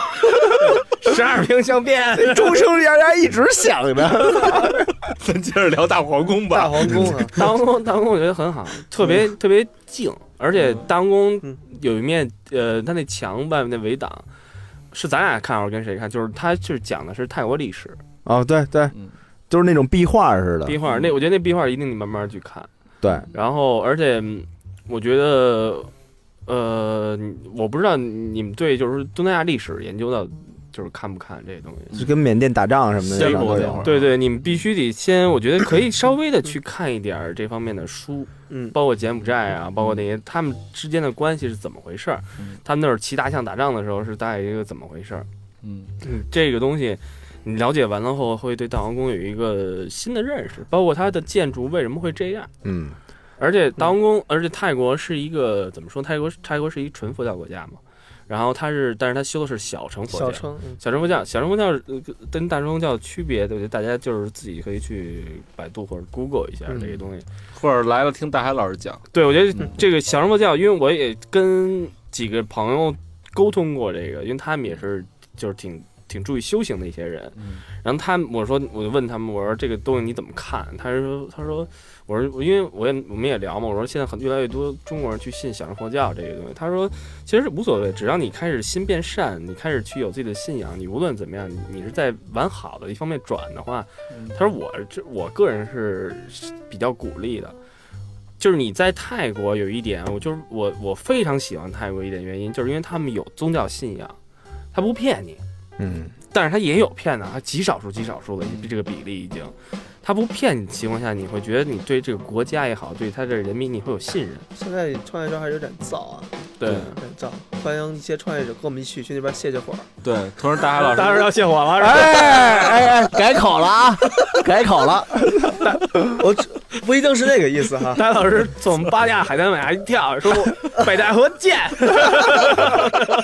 ，12瓶香槟， 钟声呀一直响着。 咱接着聊大皇宫吧。 大皇宫啊， 大皇宫我觉得很好，特别静，而且大皇宫有一面它那墙外面那围挡是咱俩看还是跟谁看？就是它就是讲的是泰国历史。 哦，对，就是那种壁画似的。 壁画，我觉得那壁画一定你慢慢去看。 对， 然后而且我觉得我不知道你们对就是东南亚历史研究到就是看不看这些东西， 就跟缅甸打仗什么的都有。 对，你们必须得先，我觉得可以稍微的去看一点这方面的书，包括柬埔寨啊，包括那些他们之间的关系是怎么回事，他们那儿骑大象打仗的时候是大概一个怎么回事，这个东西你了解完了后，会对大皇宫有一个新的认识，包括它的建筑为什么会这样，而且大皇宫，而且泰国是一个怎么说？泰国是一纯佛教国家嘛。然后但是他修的是小乘佛教，小乘佛教跟大乘佛教的区别，对不对？大家就是自己可以去百度或者 Google 一下这些东西， 或者来了听大海老师讲。 对，我觉得这个小乘佛教，因为我也跟几个朋友沟通过这个，因为他们也是就是挺注意修行的一些人，然后我就问他们，我说这个东西你怎么看？他说。我说，因为我们也聊嘛，我说现在越来越多中国人去信小乘佛教这个东西，他说其实无所谓，只要你开始心变善，你开始去有自己的信仰，你无论怎么样，你是在往好的一方面转的话，他说我个人是比较鼓励的，就是你在泰国有一点，我非常喜欢泰国一点原因，就是因为他们有宗教信仰，他不骗你，但是他也有骗的，他极少数的这个比例已经。他不骗你的情况下，你会觉得你对这个国家也好，对他这人民你会有信任。 现在创业者还是有点燥啊， 对， 有点燥。欢迎一些创业者跟我们一起去那边泄火。 对，同时大海老师当然要泄火了， 哎，改口了啊，改口了。 我不一定是那个意思哈。 大海老师从巴架海滩往下一跳，说北戴河见。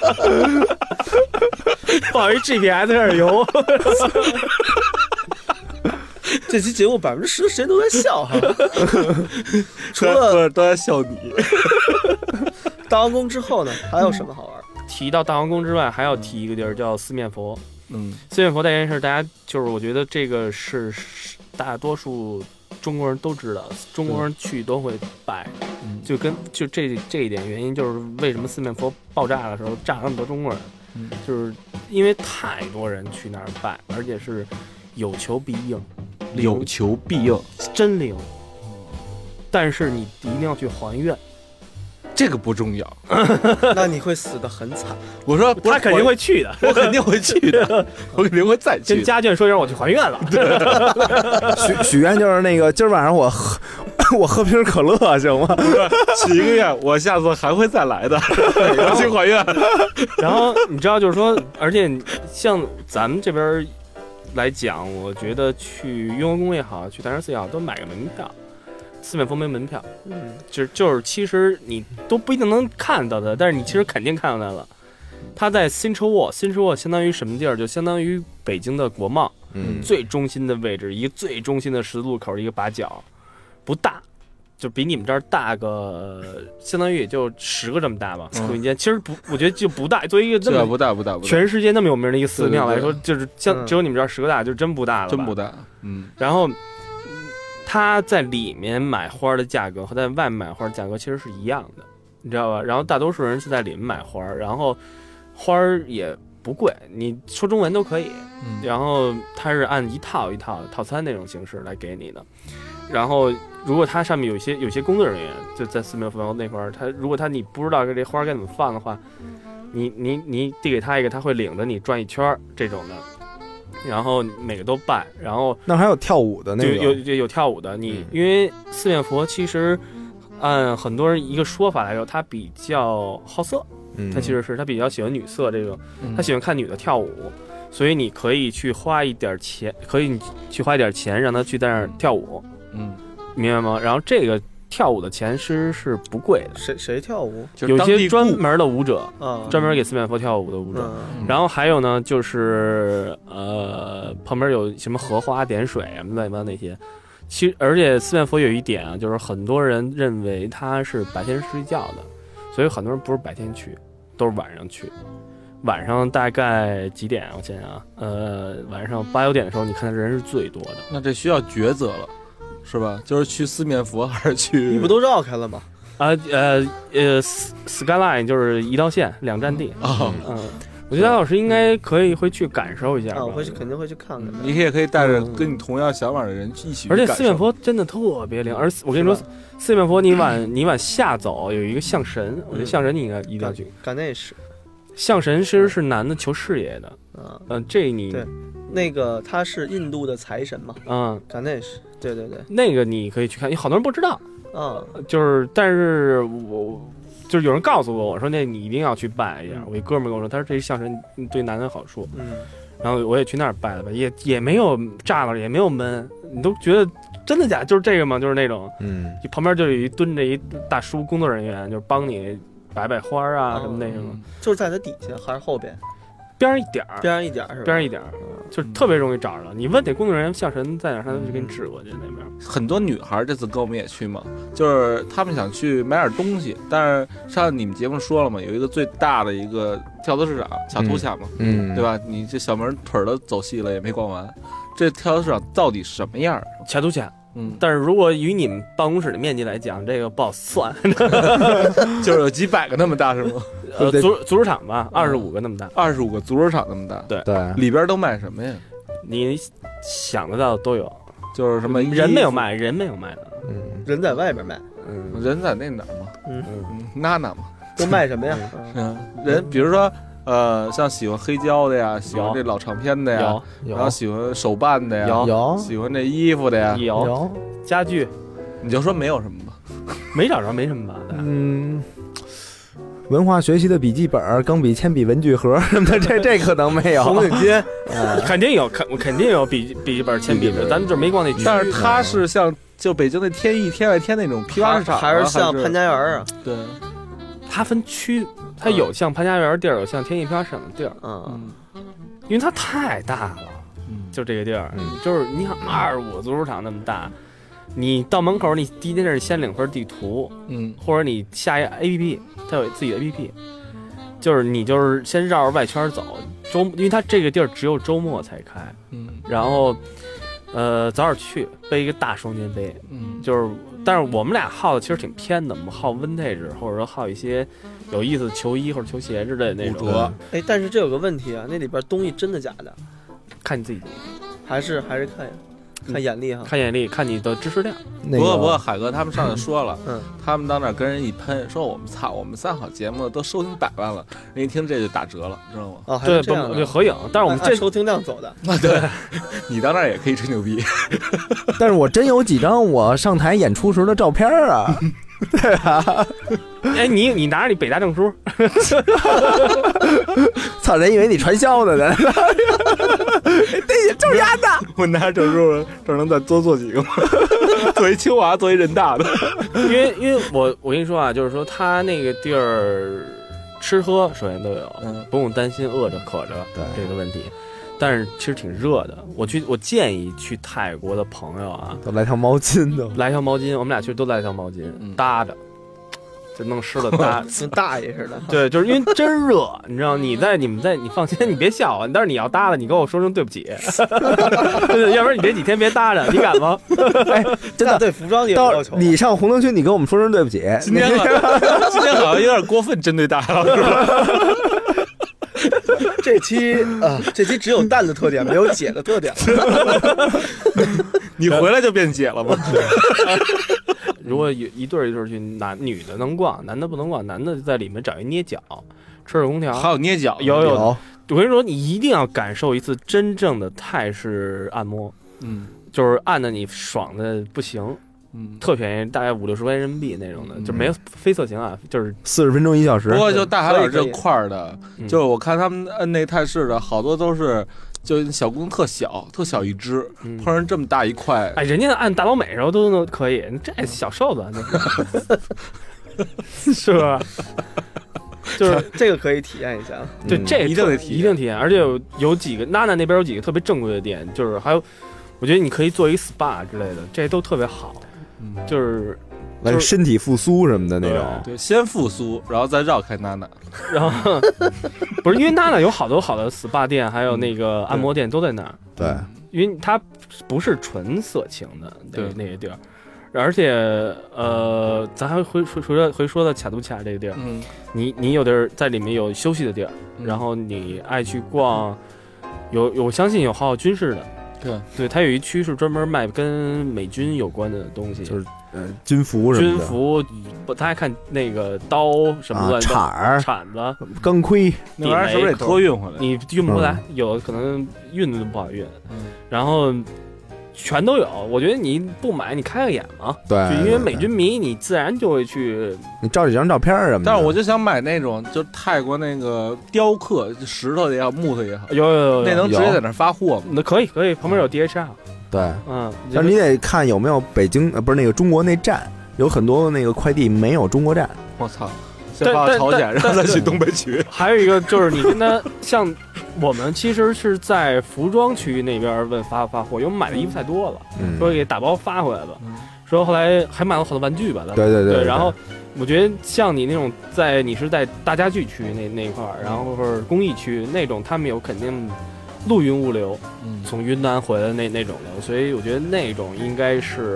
抱一 GPS 在那儿游。 这期节目10%的时间都在笑哈，除了都在笑你。 大王宫之后呢，还有什么好玩？ 提到大王宫之外，还要提一个地儿叫四面佛。四面佛这件事，大家就是我觉得这个是大多数中国人都知道，中国人去都会拜，就这一点原因，就是为什么四面佛爆炸的时候炸了那么多中国人，就是因为太多人去那儿拜，而且是有求必应， 有求必应， 真灵。但是你一定要去还愿。 这个不重要， 那你会死得很惨。 我说他肯定会去的， 我肯定会去的，我肯定会再去。 跟家眷说一声，我去还愿了。 许愿就是那个，今儿晚上我喝瓶可乐行吗？ 许一个愿，我下次还会再来的，我去还愿。 然后你知道，就是说，而且像咱们这边来讲，我觉得去雍和宫也好，去大禅寺也好，都买个门票。四面佛没门票，就是其实你都不一定能看到的，但是你其实肯定看到它了。它在 Central Walk 相当于什么地儿？就相当于北京的国贸，最中心的位置，一个最中心的十字路口，一个把角，不大，就比你们这儿大个，相当于也就10个这么大吧，录音间。其实不，我觉得就不大。作为一个这么不大， 全世界那么有名的一个寺庙来说，就是只有你们这儿10个大，就真不大了， 真不大。 然后。它在里面买花的价格和在外面买花的价格其实是一样的，你知道吧？然后大多数人是在里面买花，然后花也不贵，你说中文都可以。然后它是按一套一套套餐那种形式来给你的。然后如果它上面有些工作人员就在四面佛那块儿，如果你不知道这花该怎么放的话，你递给他一个，他会领着你转一圈这种的。然后每个都拜，然后那还有跳舞的那个， 有跳舞的。因为四面佛其实按很多人一个说法来说，他比较好色，他其实是他比较喜欢女色这个，他喜欢看女的跳舞，所以你可以去花一点钱，让他去在那儿跳舞，明白吗？然后这个跳舞的钱其实是不贵的。 谁跳舞？ 有些专门的舞者，专门给四面佛跳舞的舞者。然后还有呢，就是旁边有什么荷花点水什么乱七八糟那些。而且四面佛有一点啊，就是很多人认为他是白天睡觉的，所以很多人不是白天去，都是晚上去。晚上大概几点？我想想啊，晚上8、9点的时候，你看的人是最多的。 那这需要抉择了。是吧？就是去四面佛还是去？ 你不都绕开了吗 ？Skyline 就是一道线2站地。我觉得老师应该会去感受一下。 我肯定会去看看。 你也可以带着跟你同样想法的人一起去。 而且四面佛真的特别灵，而我跟你说，四面佛你往下走有一个象神，我觉得象神你应该一定要去。 Ganesh， 象神其实是男的求事业的。这你对。那个他是印度的财神嘛，Ganesh， 对， 那个你可以去看，有好多人不知道，但是我就是有人告诉我说那你一定要去拜一下，我一哥们跟我说，他说这象神对男人好处，然后我也去那儿拜了吧，也没有炸了，也没有闷，你都觉得真的假的？就是这个吗？就是那种，旁边就有蹲着一大叔工作人员，就是帮你摆花啊什么那种， 就是在他底下还是后边？ 边上一点是吧？ 边上一点，就是特别容易找着。你问那工作人员象神在哪，他就给你指过去那边。 很多女孩这次跟我们也去嘛，就是她们想去买点东西，但是上你们节目说了嘛，有一个最大的一个跳蚤市场卡图卡嘛，对吧？你这小门腿都走细了也没逛完，这跳蚤市场到底什么样？ 卡图卡。但是如果以你们办公室的面积来讲，这个不好算， 就是有几百个那么大是吗？ 足球场吧，25个那么大 ，25个足球场那么大。 对， 里边都卖什么呀？ 你想得到的都有， 就是什么人没有卖的， 人在外边卖， 人在那哪儿嘛，娜娜嘛， 都卖什么呀？ 人比如说。像喜欢黑胶的呀，喜欢这老唱片的呀，然后喜欢手办的呀，喜欢这衣服的呀， 有家具， 你就说没有什么吧， 没找着，没什么吧？ 文化学习的笔记本、钢笔、铅笔、文具盒什么的，这可能没有。 红领巾肯定有，肯定有笔记本、铅笔的，咱就是没逛那区。 但是它是像就北京的天一、天外天那种批发市场， 还是像潘家园啊？ 对， 它分区。它有像潘家园地儿，有像天意批发市场的地儿，因为它太大了， 就这个地儿，就是你想25足球场那么大，你到门口你第一件事先领份地图，或者你下一 APP， 它有自己的 APP， 就是你就是先绕着外圈走，因为它这个地儿只有周末才开，然后早点去，背一个大双肩背，就是，但是我们俩耗的其实挺偏的，我们耗 vintage 或者说耗一些有意思的球衣或者球鞋之类的那种。 哎，但是这有个问题啊，那里边东西真的假的？ 看你自己， 还是看眼力哈， 看眼力，看你的知识量。 不过海哥他们上次说了，他们到那跟人一喷，说我们三好节目都收听100万了，人一听这就打折了，知道吗？ 哦， 对， 对， 合影，但是我们这收听量走的。 对，你到那也可以吹牛逼， 但是我真有几张我上台演出时的照片啊。对啊， 哎，你拿着你北大证书， 操，人以为你传销的呢，那也就是丫的。 我拿着证书，这能再多做几个吗？做一清华，做一人大的。 因为我跟你说啊，就是说他那个地儿吃喝首先都有，不用担心饿着渴着这个问题。但是其实挺热的，我建议去泰国的朋友啊， 都来条毛巾的， 来条毛巾，我们俩去都来条毛巾，搭着，就弄湿了搭， 跟大爷似的。 对，就是因为真热，你知道，你放心，你别笑啊，但是你要搭了，你跟我说声对不起，对，要不然你这几天别搭着，你敢吗？ 哎，真的对服装也有要求。 你上红灯区，你跟我们说声对不起。 今天好像有点过分针对大老师。 这期只有蛋的特点，没有姐的特点。 你回来就变姐了吗？ 如果一对去，女的能逛，男的不能逛，男的在里面找一捏脚，吹着空调， 还有捏脚， 有。我跟你说，你一定要感受一次真正的泰式按摩，就是按的你爽的不行。特便宜，大概50-60块人民币那种的，就没有非色情啊，就是 40分钟1小时。 不过就大海老师这块的，就是我看他们摁那泰式的好多都是，就小公特小一只，碰上这么大一块， 哎，人家按大老美时候都能可以，这小瘦子，是吧？就是这个可以体验一下， 对，这一定得一定体验，而且有几个娜娜那边有几个特别正规的店，就是还有，我觉得你可以做一个 SPA 之类的，这都特别好。就是身体复苏什么的那种， 对，先复苏，然后再绕开娜娜， 然后不是因为娜娜有好多好的 SPA 店，还有那个按摩店都在那儿， 对， 因为它不是纯色情的那些地儿，而且咱还回说到卡杜卡这个地儿，你有地儿在里面有休息的地儿，然后你爱去逛，我相信有好军事的。对，它有一区是专门卖跟美军有关的东西， 就是军服什么的。军服，他还看那个刀什么的， 铲子、 钢盔， 那玩意儿是不是得托运回来？ 你运不回来，有可能运都不好运。然后全都有，我觉得你不买，你开个眼嘛。 对， 就因为美军迷，你自然就会去。 你照几张照片什么的。 但是我就想买那种，就泰国那个雕刻，石头也好，木头也好， 有， 那能直接在那发货吗？ 那可以，旁边有 DHL。 对，但是你得看有没有北京不是那个中国那站，有很多那个快递没有中国站。 我操！先发到朝鲜，然后再去东北取。 还有一个就是你跟他像我们其实是在服装区那边问发货，因为我们买的衣服太多了，说给打包发回来吧。说后来还买了好多玩具吧。 对。 然后我觉得像你那种你是在大家具区那一块儿，然后或者工艺区那种，他们有肯定陆运物流，从云南回来那种的，所以我觉得那种应该是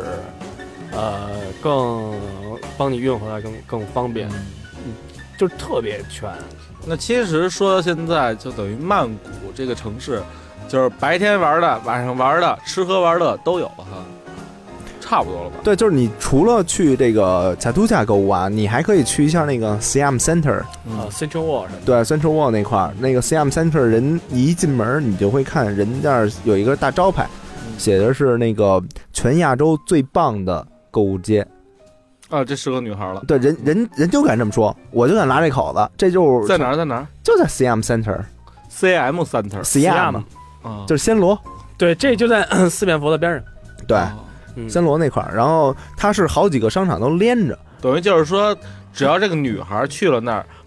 更帮你运回来更方便。就是特别全。 那其实说到现在，就等于曼谷这个城市，就是白天玩的、晚上玩的、吃喝玩乐都有了哈，差不多了吧？ 对，就是你除了去这个卡图卡购物啊，你还可以去一下那个 Siam Center， Central World， 对 Central World 那块儿，那个 Siam Center 人你一进门，你就会看人家有一个大招牌，写的是那个全亚洲最棒的购物街。 啊，这适合女孩了。 对，人就敢这么说，我就敢拉这口子。这就是在哪儿？在哪儿？ 就在 CM Center。CM Center。 就是暹罗。 对，这就在四面佛的边上。 对，暹罗那块儿。然后它是好几个商场都连着， 等于就是说，只要这个女孩去了那儿，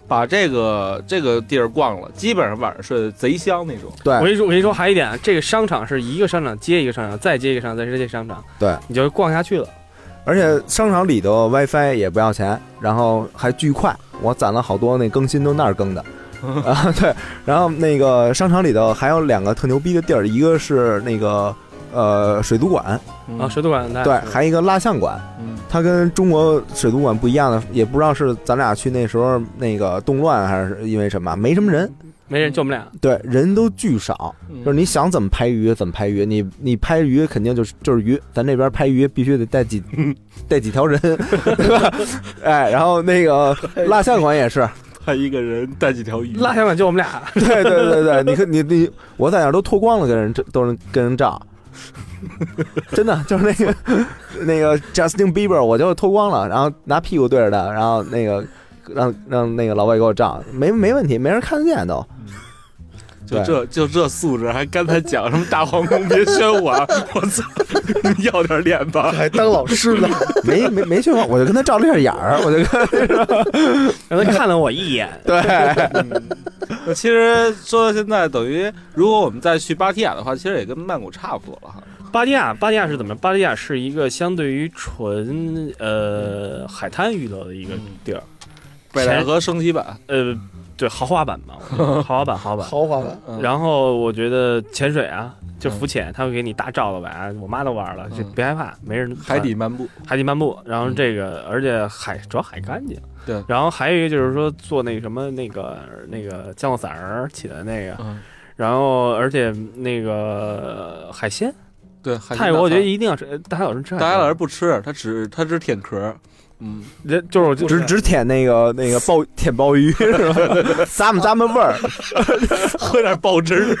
把这个地儿逛了，基本上晚上睡得贼香那种。 对， 我跟你说还有一点，这个商场是一个商场接一个商场，再接一个商场，再接一个商场， 对， 你就逛下去了。 而且商场里头 WiFi 也不要钱，然后还巨快，我攒了好多那更新都那儿更的。啊，对，然后那个商场里头还有2个特牛逼的地儿，一个是那个水族馆啊，水族馆对，还一个蜡像馆，它跟中国水族馆不一样的，也不知道是咱俩去那时候那个动乱还是因为什么，没什么人， 就我们俩， 对，人都巨少，就是你想怎么拍鱼怎么拍鱼，你拍鱼肯定就是鱼，咱这边拍鱼必须得带几条人，对吧？哎，然后那个蜡像馆也是。 他一个人带几条鱼， 蜡像馆就我们俩。 对，你看你，我在那儿都脱光了，都能跟人照，真的就是那个 Justin Bieber， 我就脱光了，然后拿屁股对着他，然后那个让那个老外给我照，没问题，没人看得见都。 就这素质，还刚才讲什么大皇宫别宣我，我操，你要点脸吧？ 还当老师呢？ 没宣我，我就跟他照了一下眼儿，我就让他看了我一眼。 对， 那其实说到现在，等于如果我们再去芭提雅的话，其实也跟曼谷差不多了哈。 芭提雅是怎么？芭提雅是一个相对于纯海滩娱乐的一个地儿， 北戴河升级版， 对，豪华版吧，豪华版。然后我觉得潜水啊，就浮潜，他会给你大罩子板，我妈都玩了，就别害怕，没人。 海底漫步， 然后这个，而且主要海干净。 对。 然后还有一个就是说做那个什么那个降落伞儿起的那个，然后而且那个海鲜。 对， 泰国我觉得一定要吃。大家老师吃海鲜， 大家老师不吃，他只舔壳。 就是只舔那个舔鲍鱼是吧？咂摸味儿， 喝点鲍汁儿。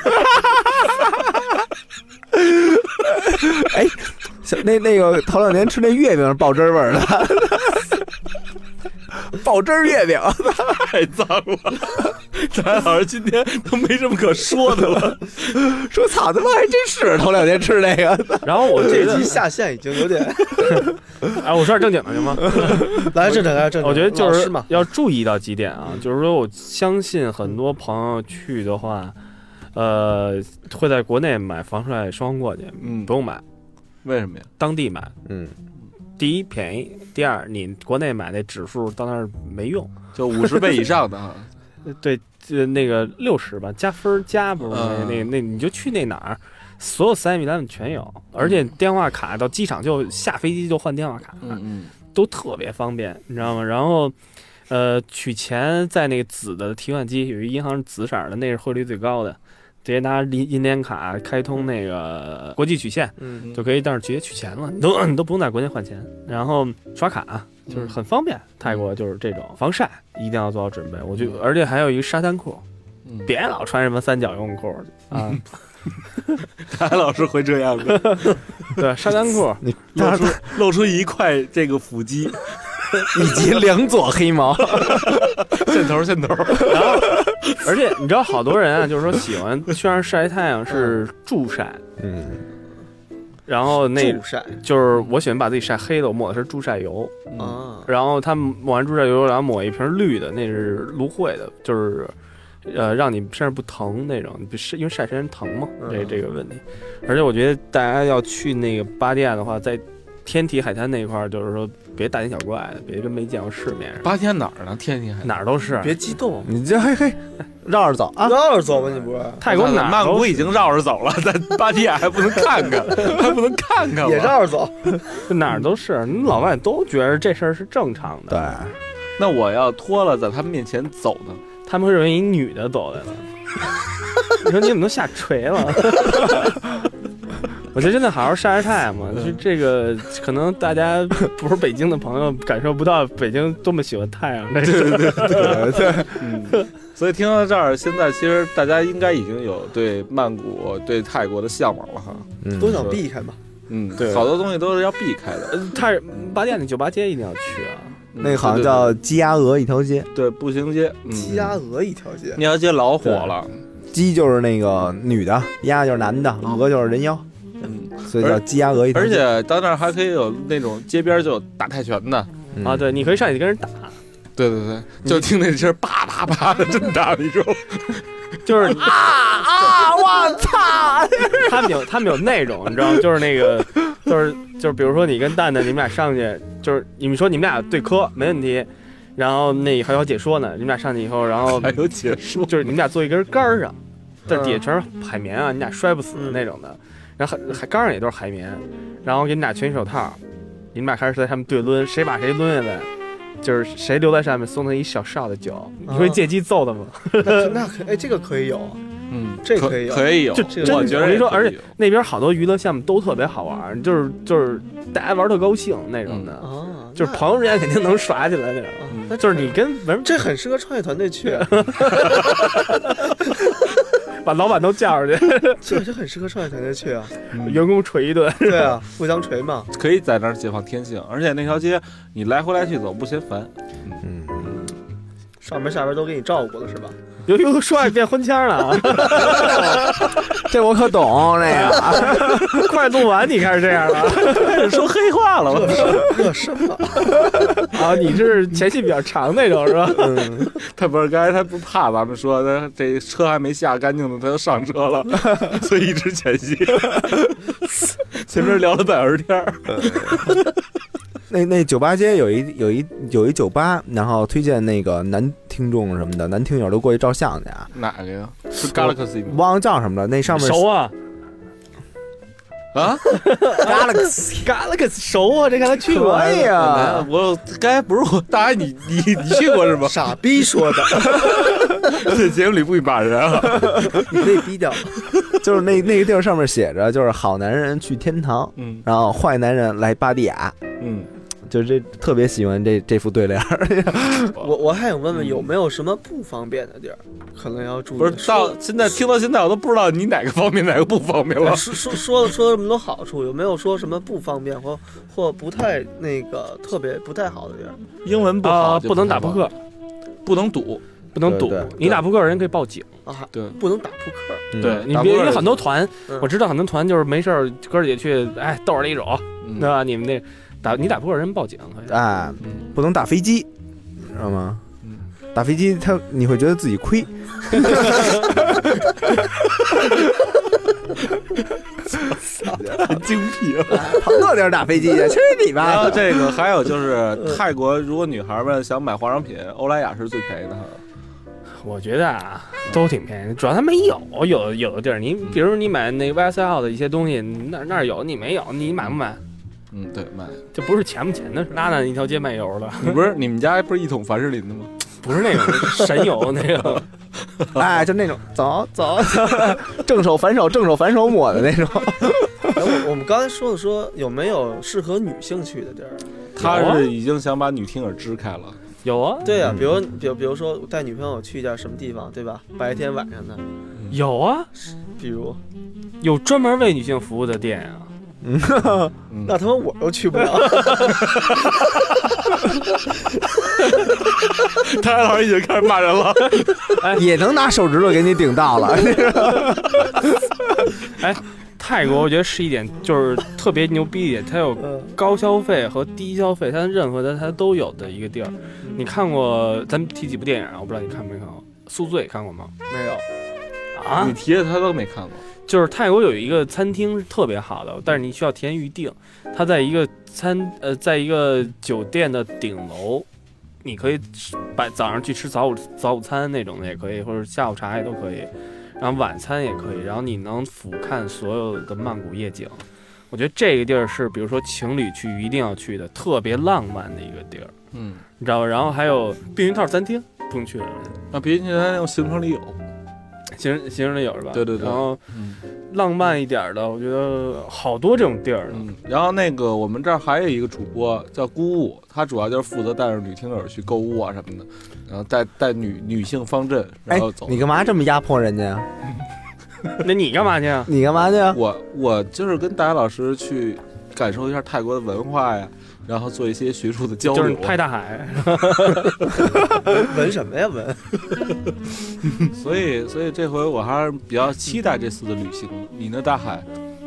哎，那个头2年吃那月饼是鲍汁味儿的，鲍汁月饼太脏了。咱老师今天都没什么可说的了， 说操他妈还真是头2年吃那个。 然后我这集下线已经有点， 哎，我说点正经的行吗？ 来正经。 我觉得就是要注意到几点啊，就是说我相信很多朋友去的话，会在国内买防晒霜过去，不用买。 为什么呀？ 当地买，第一便宜，第二你国内买那指数到那儿没用， 就50倍以上的啊。 对，那个60吧，加分加不是那你就去那哪儿，所有3-Eleven全有，而且电话卡到机场就下飞机就换电话卡，都特别方便，你知道吗？然后，取钱在那个紫的提款机，有一银行是紫色的，那是汇率最高的，直接拿银联卡开通那个国际取现，就可以到那儿直接取钱了，你都不用在国内换钱，然后刷卡。就是很方便，泰国就是这种防晒一定要做好准备。我觉得，而且还有一个沙滩裤，别老穿什么3角泳裤啊。 谭老师会这样的， 对，沙滩裤， 你露出一块这个腹肌， 以及2撮黑毛， 线头。 然后，而且你知道，好多人啊，就是说喜欢去那儿晒太阳是助晒，然后那就是我喜欢把自己晒黑的，我抹的是助晒油然后他抹完助晒油，然后抹一瓶绿的，那是芦荟的，就是让你身上不疼那种，因为晒身上疼嘛，这个问题。而且我觉得大家要去那个芭提雅的话，在天体海滩那一块，就是说别大惊小怪的，别跟没见过世面似的。 芭提雅哪儿呢？天体海滩哪儿都是， 别激动， 你这嘿。绕着走啊！ 绕着走吧，你不是？ 泰国哪曼谷已经绕着走了，在芭提雅还不能看看， 也绕着走， 哪儿都是。你老外都觉得这事儿是正常的。 对， 那我要脱了在他们面前走呢， 他们会认为一女的走来了。你说你怎么都下垂了？我觉得真的好好晒晒太阳嘛，就这个可能大家不是北京的朋友感受不到北京多么喜欢太阳。 对。所以听到这儿，现在其实大家应该已经有对曼谷、对泰国的向往了哈， 都想避开嘛。 对，好多东西都是要避开的。 芭提雅那酒吧街一定要去啊， 那个好像叫鸡鸭鹅一条街， 对，步行街， 鸡鸭鹅一条街， 那条街老火了。 鸡就是那个女的，鸭就是男的，鹅就是人妖，所以叫鸡鸭鹅一条街。 而且到那儿还可以有那种街边就有打泰拳的啊，对，你可以上去跟人打。 对对对，就听那声啪啪啪的真大那种， 就是我操！ 他们有那种，你知道吗？就是那个，就是比如说你跟蛋蛋，你们俩上去，就是你们说你们俩对磕没问题，然后那还有解说呢，你们俩上去以后，然后还有解说， 就是你们俩坐一根杆儿上，但底下全是海绵啊，你俩摔不死的那种的，然后海杆上也都是海绵，然后给你俩全手套，你们俩开始在上面对抡，谁把谁抡下来。就是谁留在上面送他一小哨的酒，你会借机揍他吗？ 那可这个可以有，这可以有， 就我觉得我跟你说，而且那边好多娱乐项目都特别好玩，就是大家玩特高兴那种的，就是朋友之间肯定能耍起来那种，就是你跟这很适合创业团队去， 把老板都叫出去，这很适合创业团队去啊， 员工锤一顿， 对啊，互相锤嘛， 可以在那儿解放天性，而且那条街你来回来去走不嫌烦， 上边下边都给你照顾了是吧？ 又说话变婚腔了啊！ 这我可懂，这个快录完你开始这样了， 开始说黑话了， 热身了啊！你是前戏比较长那种是吧？ 他不是刚才他不怕咱们说他这车还没下干净呢，他就上车了，所以一直前戏，前面聊了半小时天儿。 那酒吧街有一酒吧，然后推荐那个男听众什么的，男听友都过去照相去啊。 哪个呀？是 Galaxy 吗？ 忘了叫什么了，那上面熟啊，Galaxy 熟啊，这刚才去过。 哎呀， 我刚才不是我，大爷你去过是吗？ 傻逼说的， 这节目里不许骂人啊， 你可以逼掉。 就是那个地儿上面写着，就是好男人去天堂，然后坏男人来巴蒂亚，就这特别喜欢这副对联。 我还想问问有没有什么不方便的地儿，可能要注意。 不是到现在听到现在我都不知道你哪个方便哪个不方便了。 说了这么多好处，有没有说什么不方便或不太那个特别不太好的地儿？ 英文不好， 不能打扑克， 不能赌。 不能赌， 你打扑克人可以报警啊！ 对， 不能打扑克。 对你别有很多团，我知道很多团就是没事哥姐去，哎，逗着一手，对吧？你们那你打扑克人报警， 哎，不能打飞机，知道吗？打飞机你会觉得自己亏。 很精辟， 跑那地儿打飞机去，去你妈！ 然后这个还有就是泰国，如果女孩们想买化妆品，欧莱雅是最便宜的。 我觉得啊，都挺便宜，主要它没有的地儿，你比如你买那 YSL 的一些东西，那儿有你没有，你买不买？ 对，买。 这不是钱不钱的事，拉一条街卖油的。 你们家不是一桶凡士林的吗？ 不是那种神油那个， 哎，就那种走，正手反手抹的那种。 我们刚才说有没有适合女性去的地儿？ 他是已经想把女听友支开了。 有啊， 对啊，比如说带女朋友去一家什么地方，对吧？白天晚上的， 有啊， 比如有专门为女性服务的店啊。 那他妈我都去不了。 泰老师已经开始骂人了， 也能拿手指头给你顶到了。 哎，泰国我觉得是一点就是特别牛逼一点，它有高消费和低消费，它任何的它都有的一个地儿。你看过咱们提几部电影啊？我不知道你看没看过《宿醉》，看过吗？ 没有啊，你提的他都没看过。 就是泰国有一个餐厅是特别好的，但是你需要提前预定。它在一个在一个酒店的顶楼，你可以早上去吃早午餐那种的也可以，或者下午茶也都可以，然后晚餐也可以，然后你能俯瞰所有的曼谷夜景。我觉得这个地儿是比如说情侣去一定要去的，特别浪漫的一个地儿。你知道吧？然后还有避孕套餐厅，不用去了。 啊，避孕套餐厅行程里有。 行程里有是吧？ 对。 然后，浪漫一点的，我觉得好多这种地儿。 然后那个我们这儿还有一个主播叫姑物，他主要就是负责带着女听友去购物啊什么的，然后带女性方阵，然后走。 你干嘛这么压迫人家？ 那你干嘛去啊？ 你干嘛去啊？ 我就是跟大家老师去感受一下泰国的文化呀。然后做一些学术的交流， 就是拍大海， 闻什么呀闻？ 所以这回我还是比较期待这次的旅行。你呢，大海？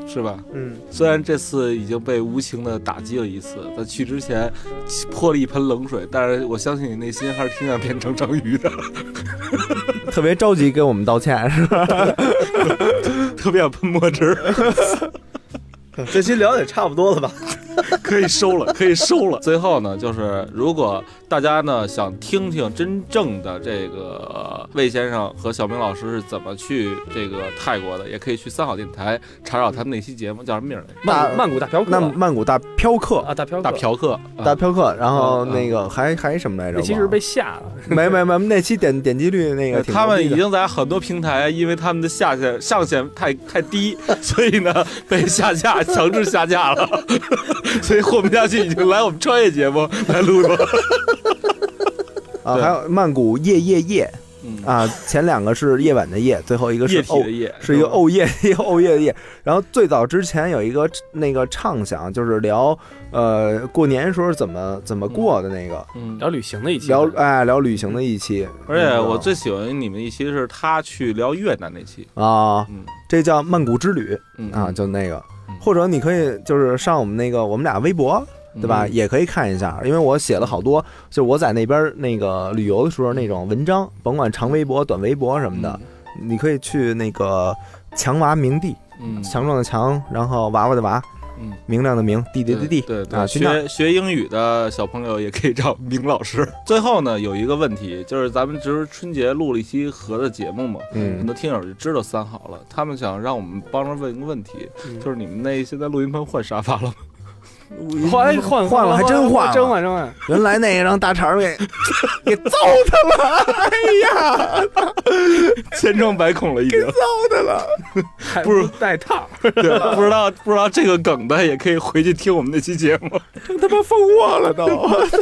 是吧？虽然这次已经被无情的打击了一次，在去之前泼了一盆冷水，但是我相信你内心还是挺想变成章鱼的， 特别着急给我们道歉，是吧？ 特别想喷墨汁。 这期聊的也差不多了吧？ 可以收了，可以收了。最后呢，就是如果大家呢想听听真正的这个魏先生和小明老师是怎么去这个泰国的，也可以去三好电台查找他们那期节目，叫什么名来着？ 曼谷大嫖客。 那曼谷大嫖客啊，大嫖客。然后那个还什么来着？ 那期是被下了。 没，那期点击率那个挺。 他们已经在很多平台，因为他们的上限太低，所以呢被下架，强制下架了。所以活不下去，已经来我们创业节目来录了。 啊，还有曼谷夜，啊，前两个是夜晚的夜，最后一个是液体的夜， 是一个夜的夜。然后最早之前有一个那个畅想，就是聊过年时候怎么过的那个， 聊旅行的一期， 聊旅行的一期。 而且我最喜欢你们一期是他去聊越南那期啊，这叫曼谷之旅啊，就那个。或者你可以就是上我们俩微博，对吧？也可以看一下，因为我写了好多，就是我在那边那个旅游的时候那种文章，甭管长微博、短微博什么的，你可以去那个强娃明地，强壮的强，然后娃娃的娃，明亮的明，地的地， 对啊， 学英语的小朋友也可以找明老师。最后呢，有一个问题，就是咱们这是春节录了一期合的节目嘛，很多听友就知道三好了，他们想让我们帮着问一个问题，就是你们那现在录音棚换沙发了吗？ 换了，还真换了。 原来那个让大肠给糟蹋了，哎呀， 千疮百孔了，已经给糟蹋了， 不如带套。 对，不知道这个梗的也可以回去听我们那期节目， 真他妈疯我了都。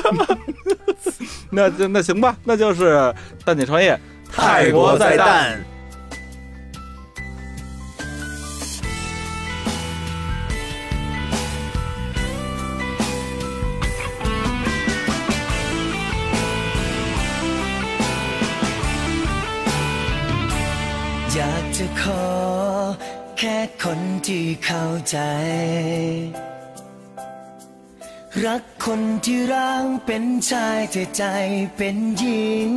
那行吧，那就是蛋姐创业， 泰国在蛋。 อยากจะขอแค่คนที่เข้าใจรักคนที่ร่างเป็นชายแต่ใจเป็นหญิง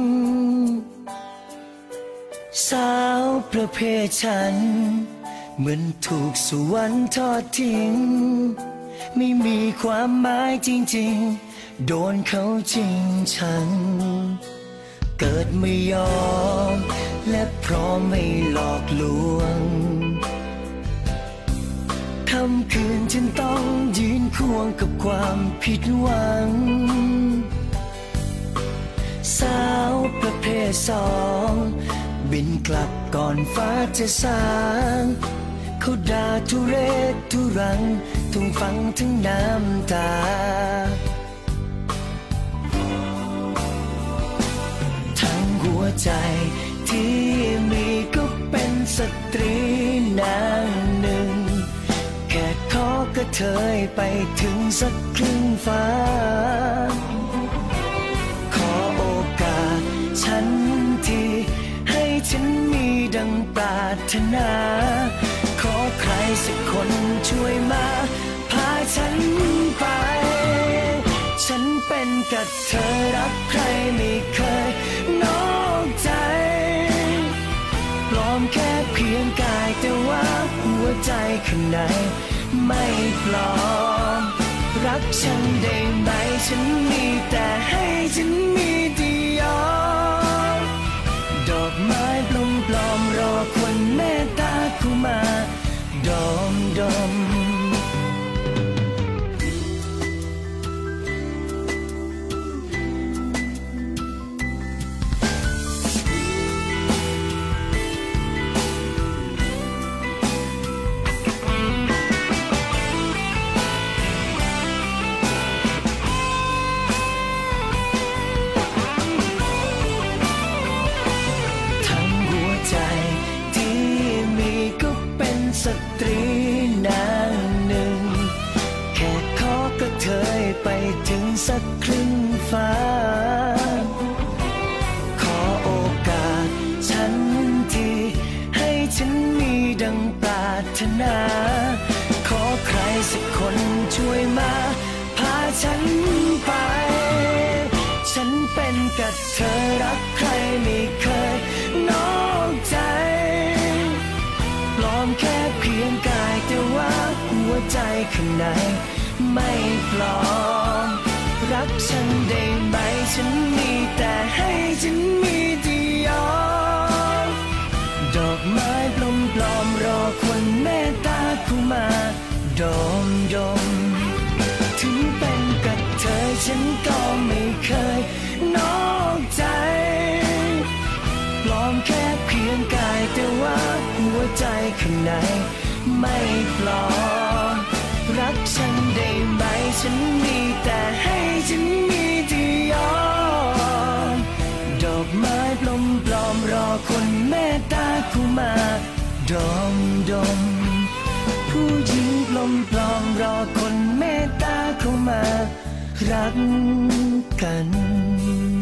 สาวประเภทฉันเหมือนถูกสวรรค์ทอดทิ้งไม่มีความหมายจริงๆโดนเขาจริงชังเกิดไม่ยอมและพร้อมไม่หลอกลวงค่ำคืนฉันต้องยืนควงกับความผิดหวังสาวประเภทสองบินกลับก่อนฟ้าจะสางเขาด่าทุเรศทุรังต้องฟังทั้งน้ำตาทั้งหัวใจที่มีก็เป็นสตรีนางหนึ่งแค่ขอกระเทยไปถึงสักครึ่งฟ้าขอโอกาสฉันทีให้ฉันมีดังปรารถนาขอใครสักคนช่วยมาพาฉันไปฉันเป็นกับเธอรักใครไม่เคยนอกใจปลอมแค่เพียงกายแต่ว่าหัวใจข้างในไม่ปลอมรักฉันได้ไหมฉันมีแต่ให้ฉันมีที่ยอมดอกไม้ปลอมๆรอคนเมตตาเข้ามาดมสตรีนางหนึ่งแค่ขอกระเทยไปถึงสักครึ่งฟ้าขอโอกาสฉันทีให้ฉันมีดังปรารถนากับเธอรักใครไม่เคยนอกใจปลอมแค่เพียงกายแต่ว่าหัวใจข้างในไม่ปลอมรักฉันได้ไหมฉันมีแต่ให้ฉันมีเดียวดอกไม้ปลอมๆรอคนเมตตาเข้ามาดมถึงเป็นกับเธอฉันก็ไม่เคยนอกใจปลอมแค่เพียงกายแต่ว่าหัวใจข้างในไม่ปลอมรักฉันได้ไหมฉันมีแต่ให้ฉันมีเดียวดอกไม้ปลอมรอคนเมตตาเข้ามาดมผู้หญิงปลอมรอคนเมตตาเข้ามารักกัน